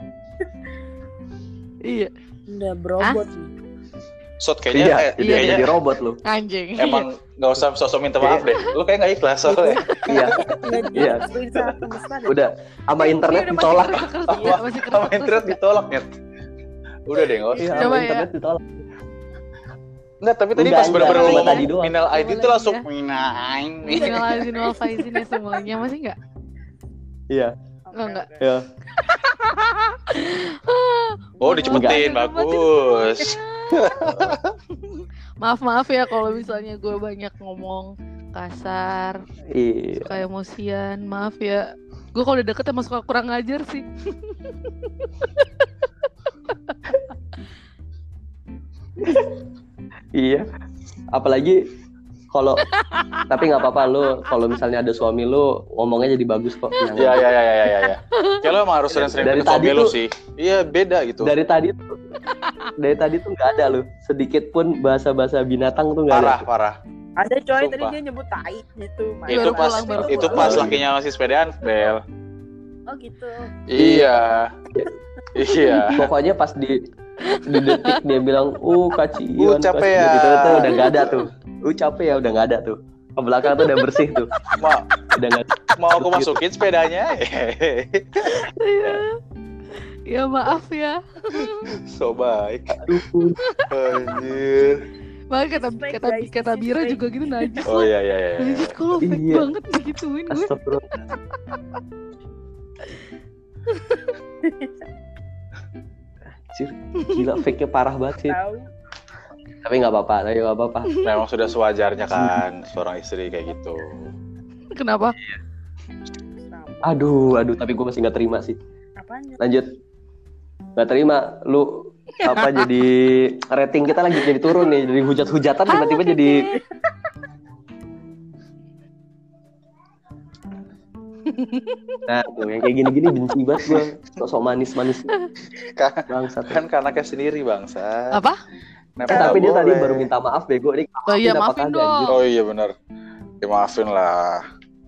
Iya, Udah berobot nih. Sot kayaknya, Iya, eh, iya, kayaknya jadi robot lu. anjing. emang nggak usah sosok minta maaf deh. Lu kayak nggak ikhlas soalnya. Iya, Nggak Iya. direstuin sama semesta deh. udah sama internet Iya, udah ditolak. masih kerasa, Sama- iya, masih kerasa, Sama internet kerasa. ditolak ya. Udah deh nggak Iya, usah. sama Coba ya. internet ditolak. Enggak, tapi tadi Enggak, pas enggak. bener-bener Cuma ngomong tadi doang. minal aidin Coba tuh lagi langsung ya. minain. Minal aidin wal faizin ya semuanya, masih nggak? Iya, Oke, Oh, enggak. oke. iya. Oh, dicepetin, Enggak. bagus. Maaf maaf ya kalau misalnya gue banyak ngomong kasar, Iya. suka emosian, maaf ya. Gue kalau udah deket emang suka kurang ngajar sih. Iya. Apalagi kalau tapi nggak apa-apa lu kalau misalnya ada suami lu ngomongnya jadi bagus kok. Yang- Iya, iya, iya, iya, iya, iya. Kayak lo emang harus sering-sering Dari ketemu tadi lu tuh- sih. Iya, beda gitu. Dari tadi tuh dari tadi tuh nggak ada lu sedikit pun bahasa-bahasa binatang tuh nggak ada. Parah, parah. Ada coy tadi Sumpah. dia nyebut tai gitu. Mas. Itu Baru pas pulang, baru itu pulang. pas lakinya masih sepedaan, Bel. Oh gitu. Iya. Iya. Pokoknya pas di di detik dia bilang, "Uh, kacian." Uh, capek ya. Itu tuh udah nggak ada tuh. "Uh, capek ya," udah nggak ada tuh. ke belakang tuh udah bersih tuh. Mau Udah nggak mau aku masukin sepedanya. Iya. Ya maaf ya. So baik. aduh. Anjir. Makanya kata Fake, kata guys, kata this is Bira fake. juga gitu najis. Oh iya iya iya. Najis kalau fake Iya. banget digituin gue. Astagfirullah. Anjir, gila fake-nya parah banget sih. Tahu. Tapi nggak apa-apa, tapi nggak apa-apa. Memang sudah sewajarnya kan seorang istri kayak gitu. Kenapa? Aduh, aduh, tapi gue masih nggak terima sih. Apanya? Lanjut. Nggak terima, lu apa jadi rating kita lagi jadi turun nih, dari hujat-hujatan tiba-tiba jadi nah tuh yang kayak gini-gini benci banget gue, sok-sok manis-manis Kan, bangsat. kan karena kayak sendiri bangsa. Apa? Kenapa Eh, tapi nggak dia tadi boleh? baru minta maaf bego nih. Oh iya, Apa maafin kagak, dong. anjir? Oh iya benar. Ya maafin lah.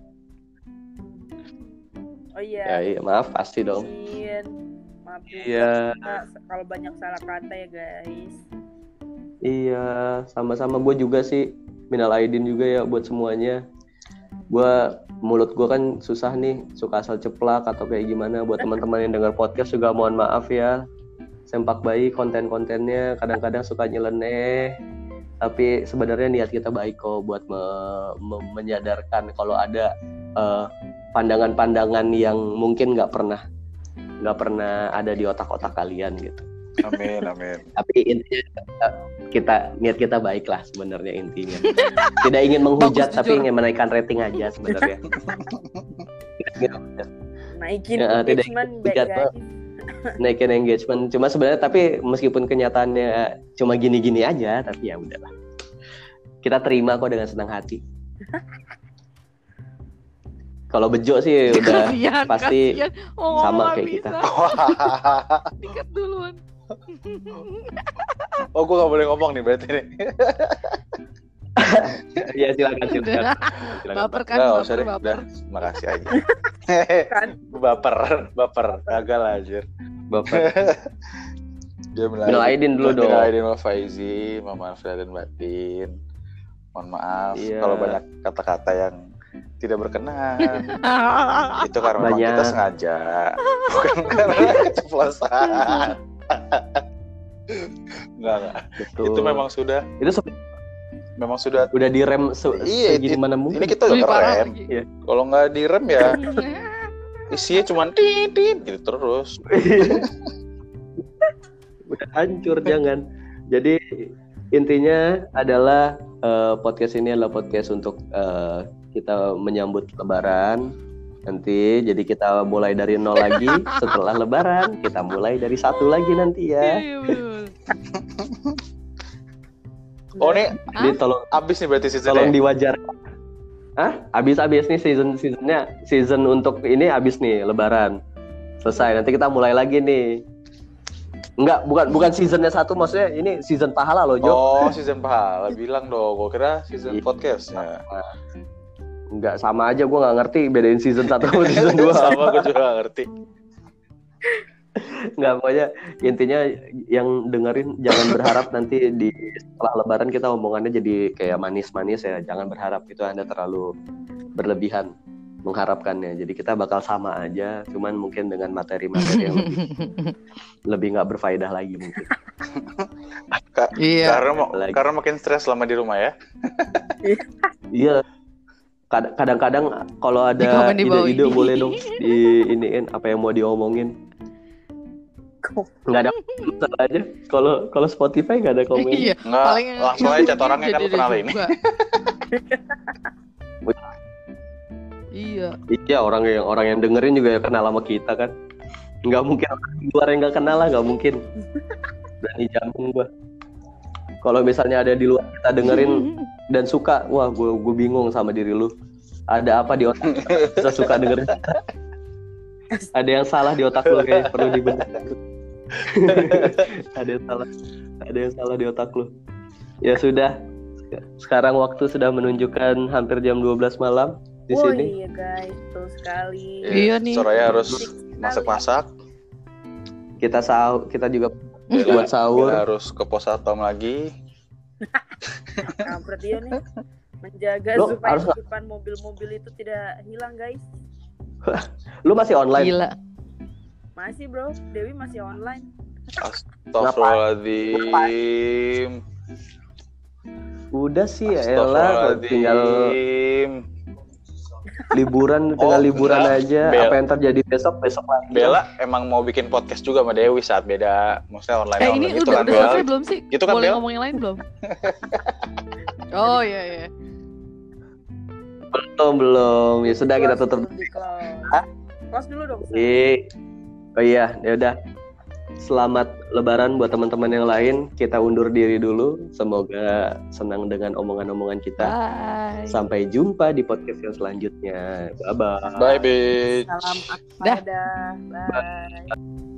Oh iya. Ya iya, maaf pasti dong. Izin. Maaf juga, Iya. Kak, kalau banyak salah kata ya guys. Iya, sama-sama gue juga sih. Minal aidin juga ya buat semuanya. Gue mulut gue kan susah nih, suka asal ceplak atau kayak gimana. Buat teman-teman yang dengar podcast juga mohon maaf ya. Sempak bayi konten-kontennya kadang-kadang suka nyeleneh. Tapi sebenarnya niat kita baik kok buat me- me- menyadarkan kalau ada eh, pandangan-pandangan yang mungkin nggak pernah nggak pernah ada di otak-otak kalian gitu. Amin amin. Tapi intinya eh, kita niat kita baik lah sebenarnya intinya. Tidak ingin menghujat Bagus, tapi jujur. ingin menaikkan rating aja sebenarnya. Naikin Ya, tidak engagement ikut baik hujat, guys. Naikin engagement. Cuma sebenarnya tapi meskipun kenyataannya cuma gini-gini aja, tapi ya udahlah. Kita terima kok dengan senang hati. Kalau bejo sih udah Kasian, pasti kasian. Oh, sama nggak kayak bisa. kita. Tiket duluan. Oh gue gak boleh ngomong nih berarti nih. Ya silakan silakan. Udah. Silakan. Baper kan, Nggak baper, usah deh, baper. udah makasih aja. Kan? baper, baper, gagal aja. Bapak. Dia Minal aidin dulu dong. Minal aidin wal faizin, mohon maaf lahir dan batin. Mohon maaf Iya. kalau banyak kata-kata yang tidak berkenan. Itu karena memang Banyak. kita sengaja, bukan karena keceplosan. Enggak, enggak. Betul. Itu memang sudah, itu se- memang sudah. udah direm se- Iya, segini ini- mana mungkin. Ini kita udah Lebih parah keren. lagi. Iya. Kalau nggak direm ya isinya cuma titit gitu terus. Udah hancur jangan. Jadi intinya adalah eh, podcast ini adalah podcast untuk eh, kita menyambut Lebaran nanti. Jadi kita mulai dari nol lagi. Setelah Lebaran kita mulai dari satu lagi nanti ya. Iya, betul. Oh nih Jadi tolong abis nih berarti tolong seasonnya. diwajarkan. Hah? Abis-abis nih season seasonnya season untuk ini abis nih Lebaran selesai. Nanti kita mulai lagi nih. Enggak, bukan bukan seasonnya satu, maksudnya ini season pahala loh Jo. Oh season pahala bilang dong. Gue kira season Iya. podcastnya. Enggak, sama aja gue nggak ngerti bedain season satu sama season dua. Sama gue juga nggak ngerti. Enggak, pokoknya intinya yang dengerin jangan berharap nanti di setelah Lebaran kita omongannya jadi kayak manis-manis ya. Jangan berharap, itu Anda terlalu berlebihan mengharapkannya. Jadi kita bakal sama aja, cuman mungkin dengan materi-materi yang lebih lebih nggak berfaedah lagi mungkin. Ka- Iya. Karena mau- Lagi. karena makin stres selama di rumah ya. Iya. Kad- Kadang-kadang kalau Di ada komen di bawah ide-ide ini. boleh dong di iniin apa yang mau diomongin. Nggak ada komentar aja. Kalau kalau Spotify nggak ada komen. Iya. Nggak, Paling langsung aja chat orangnya kan jadi lu kenal dia ini. juga. Iya. Iya, orang yang orang yang dengerin juga kenal sama kita kan. Nggak mungkin orang di luar yang nggak kenal lah, nggak mungkin. Berani jamin gua. Kalau misalnya ada di luar kita dengerin dan suka, wah gue gue bingung sama diri lu. Ada apa di otak lu? Bisa suka dengerin? Ada yang salah di otak lu kayak perlu dibenerin. Ada yang salah, ada yang salah di otak lu. Ya sudah. Sekarang waktu sudah menunjukkan hampir jam dua belas malam di Oh sini. iya guys, betul sekali. Iya nih. Soraya harus masak-masak. Kita sahur, kita juga Bella- buat sahur. Bella harus ke pos satpam lagi. Kampret dia nih. Menjaga Lu supaya harus- titipan mobil-mobil itu tidak hilang guys. Lu masih online? Gila. Masih bro, Dewi masih online. Astagfirullahaladzim. Udah sih ya elah, tinggal Astagfirullahaladzim. liburan, tinggal Oh, liburan enggak. aja. Bel- Apa yang terjadi besok besok lagi. Bella emang mau bikin podcast juga sama Dewi saat beda, maksudnya online Eh ini online gitu udah, kan udah Bel. selesai belum sih? Gitu kan, Boleh Bel? ngomong yang lain belum? Oh iya iya. Belum belum. Ya sudah kita Close tutup. dulu di close. Hah? Close dulu dong. Sal. Di Oh iya, ya udah. Selamat Lebaran buat teman-teman yang lain. Kita undur diri dulu. Semoga senang dengan omongan-omongan kita. Bye. Sampai jumpa di podcast yang selanjutnya. Bye bye. Bye bitch. Salam Dah. Akpada. Bye.